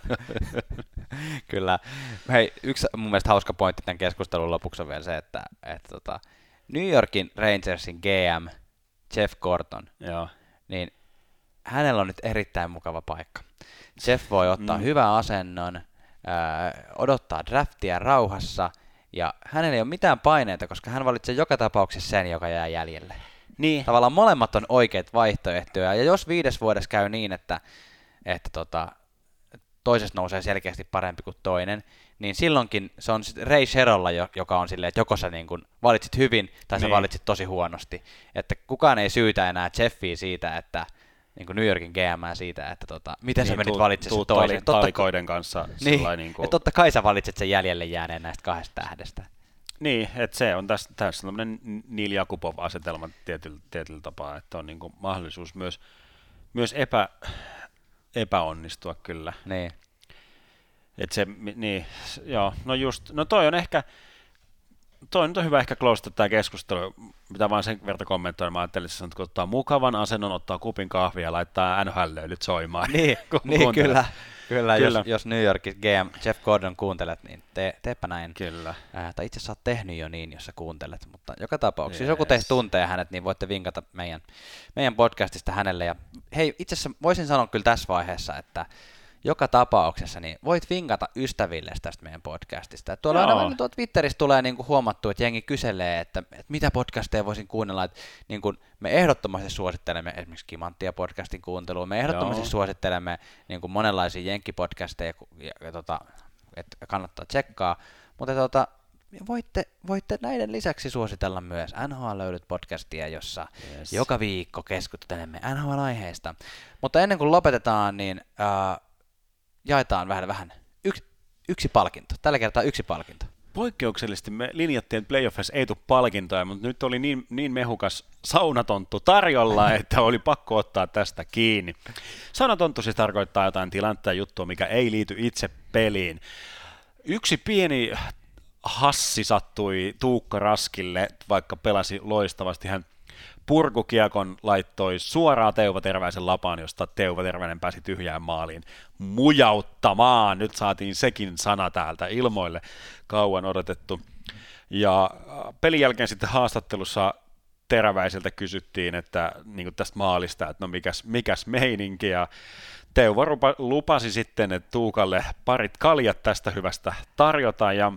[SPEAKER 2] Kyllä. Hei, yksi mun mielestä hauska pointti tämän keskustelun lopuksi on vielä se, että, että tota, New Yorkin Rangersin G M Jeff Gordon,
[SPEAKER 1] Joo.
[SPEAKER 2] niin hänellä on nyt erittäin mukava paikka. Jeff voi ottaa mm. hyvän asennon, ää, odottaa draftia rauhassa, ja hänellä ei ole mitään paineita, koska hän valitsee joka tapauksessa sen, joka jää jäljelle.
[SPEAKER 1] Niin.
[SPEAKER 2] Tavallaan molemmat on oikeat vaihtoehtoja, ja jos viides vuodessa käy niin, että, että tota, toisesta nousee selkeästi parempi kuin toinen, niin silloinkin se on Ray Sherolla, joka on silleen, että joko sä niin kun valitsit hyvin, tai sä niin. valitsit tosi huonosti. Että kukaan ei syytä enää Jeffia siitä, että niin kuin New Yorkin G M siitä, että tota, miten niin, sä menit valitsemaan sen toisen.
[SPEAKER 1] Tuut talikoiden kanssa.
[SPEAKER 2] Niin,
[SPEAKER 1] niin kuin...
[SPEAKER 2] että totta kai sä valitset sen jäljelle jääneen näistä kahdesta tähdestä.
[SPEAKER 1] Niin, että se on tässä, tässä tämmöinen Neil Jakubov-asetelma tietyllä, tietyllä tapaa, että on niin kuin mahdollisuus myös, myös epä, epäonnistua kyllä.
[SPEAKER 2] Niin.
[SPEAKER 1] Että se, niin, joo, no just, no toi on ehkä, toi nyt on hyvä ehkä close tämä keskustelu, mitä vaan sen verran kommentoin, mä ajattelin, että kun ottaa mukavan asennon, ottaa kupin kahvia ja laittaa N H L-löylyt soimaan.
[SPEAKER 2] Niin, niin kyllä, kyllä, kyllä. Jos, jos New Yorkin G M Jeff Gordon kuuntelet, niin tee, teepä näin.
[SPEAKER 1] Kyllä.
[SPEAKER 2] Äh, tai itse asiassa oot tehnyt jo niin, jos sä kuuntelet, mutta joka tapauksessa, yes. Jos joku teistä tuntee hänet, niin voitte vinkata meidän, meidän podcastista hänelle. Ja hei, itse asiassa voisin sanoa kyllä tässä vaiheessa, että joka tapauksessa niin voit vinkata ystäville tästä meidän podcastista. Et tuolla aina tuolla Twitterissä tulee niinku huomattu, että jengi kyselee, että, että mitä podcasteja voisin kuunnella. Että niinku me ehdottomasti suosittelemme esimerkiksi Kimanttia podcastin kuuntelua. Me ehdottomasti Joo. suosittelemme niinku monenlaisia jenkkipodcasteja, ja, ja, tota, että kannattaa tsekkaa. Mutta tota, voitte, voitte näiden lisäksi suositella myös N H L-löydyt podcastia, jossa yes. joka viikko keskustelemme N H L-aiheesta. Mutta ennen kuin lopetetaan, niin Uh, jaetaan vähän vähän yksi, yksi palkinto. Tällä kertaa yksi palkinto.
[SPEAKER 1] Poikkeuksellisesti me linjattiin, että playoffissa ei tule palkintoja, mutta nyt oli niin, niin mehukas saunatonttu tarjolla, että oli pakko ottaa tästä kiinni. Saunatonttu siis tarkoittaa jotain tilannetta ja juttua, mikä ei liity itse peliin. Yksi pieni hassi sattui Tuukka Raskille, vaikka pelasi loistavasti. Hän purkukiekon laittoi suoraan Teuvo Terväisen lapaan, josta Teuvo Terväinen pääsi tyhjään maaliin mujauttamaan. Nyt saatiin sekin sana täältä ilmoille, kauan odotettu. Ja pelin jälkeen sitten haastattelussa Teräväiseltä kysyttiin, että niin kuin tästä maalista, että no mikäs, mikäs meininki, ja Teuvo lupasi sitten, että Tuukalle parit kaljat tästä hyvästä tarjota, ja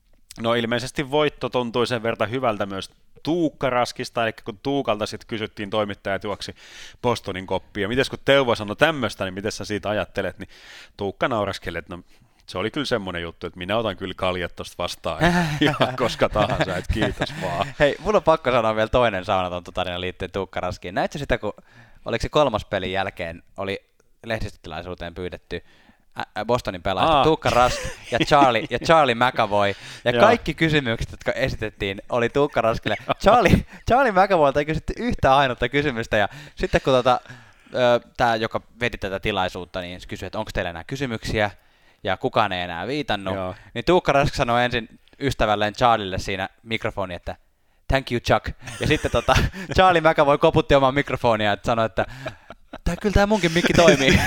[SPEAKER 1] no ilmeisesti voitto tuntui sen verran hyvältä myös Tuukka Raskista, eli kun Tuukalta sitten kysyttiin, toimittajat juoksi Bostonin koppiin, ja mites kun Teuvo sanoi tämmöistä, niin miten sä siitä ajattelet, niin Tuukka nauraskeli, että no se oli kyllä semmoinen juttu, että minä otan kyllä kaljat tosta vastaan, ihan koska tahansa, että kiitos vaan.
[SPEAKER 2] Hei, mulla on pakko sanoa vielä toinen saunatontu tarina liittyen Tuukka Raskiin. Näitkö sitä, kun oliko se kolmas pelin jälkeen, oli lehdistötilaisuuteen pyydetty Bostonin pelaajista, Tuukka Rask ja Charlie, ja Charlie McAvoy, ja kaikki kysymykset, jotka esitettiin, oli Tuukka Raskille. Charlie, Charlie McAvoylta ei kysytty yhtään ainutta kysymystä, ja sitten kun tota, tämä, joka veti tätä tilaisuutta, niin kysyi, että onko teillä enää kysymyksiä, ja kukaan ei enää viitannut,
[SPEAKER 1] Joo.
[SPEAKER 2] niin Tuukka Rask sanoi ensin ystävälleen Charlille siinä mikrofoni, että thank you Chuck. Ja sitten tota, Charlie McAvoy koputti omaa mikrofonia ja sanoi, että tää, kyllä tämä munkin mikki toimii.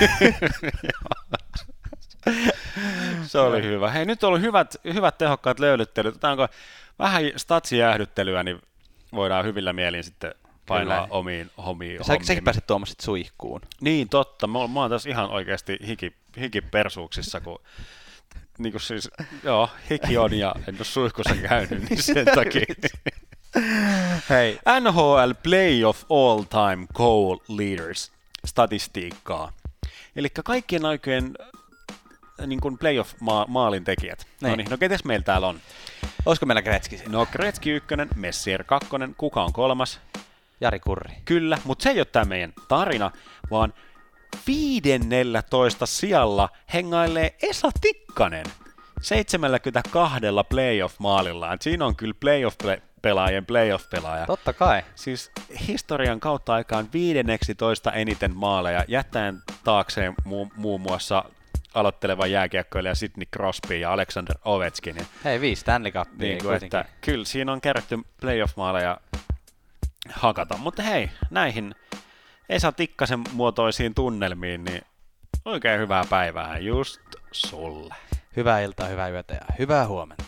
[SPEAKER 1] Se oli hyvä. Hei, nyt on ollut hyvät, hyvät tehokkaat löylyttelyt. Otetaanko vähän statsijäähdyttelyä, niin voidaan hyvillä mielin sitten painaa kyllä omiin hommiin.
[SPEAKER 2] Ja säkin, säkin pääset tuommoiset suihkuun.
[SPEAKER 1] Niin, totta. Mä, mä oon tässä ihan oikeasti hiki, hikipersuuksissa, kun niin kuin siis, joo, hiki on ja en ole suihkussa käynyt, niin sen takia.
[SPEAKER 2] Hei.
[SPEAKER 1] N H L Playoff All Time Goal Leaders statistiikkaa. Eli kaikkien aikojen niin kuin playoff-maalintekijät.
[SPEAKER 2] Niin.
[SPEAKER 1] No niin, no ketes meillä täällä on?
[SPEAKER 2] Olisiko meillä Gretzky siellä?
[SPEAKER 1] No Gretzky ykkönen, Messier kakkonen, kuka on kolmas?
[SPEAKER 2] Jari Kurri.
[SPEAKER 1] Kyllä, mutta se ei ole tämä meidän tarina, vaan viidennellätoista sijalla hengailee Esa Tikkanen seitsemänkymmentäkaksi playoff-maalillaan. Siinä on kyllä playoff-pelaajien playoff-pelaaja.
[SPEAKER 2] Totta kai.
[SPEAKER 1] Siis historian kautta aikaan viidenneksitoista eniten maaleja, jättäen taakseen mu- muun muassa aloittelevan jääkiekkoilija Sidney Crosby ja Alexander Ovechkin.
[SPEAKER 2] Hei, viisi Stanley Cupia
[SPEAKER 1] niin kuin, että kyllä siinä on kerätty playoff-maaleja hakata, mutta hei, näihin Esa Tikkasen muotoisiin tunnelmiin, niin oikein hyvää päivää just sulle.
[SPEAKER 2] Hyvää iltaa, hyvää yötä ja hyvää huomenta.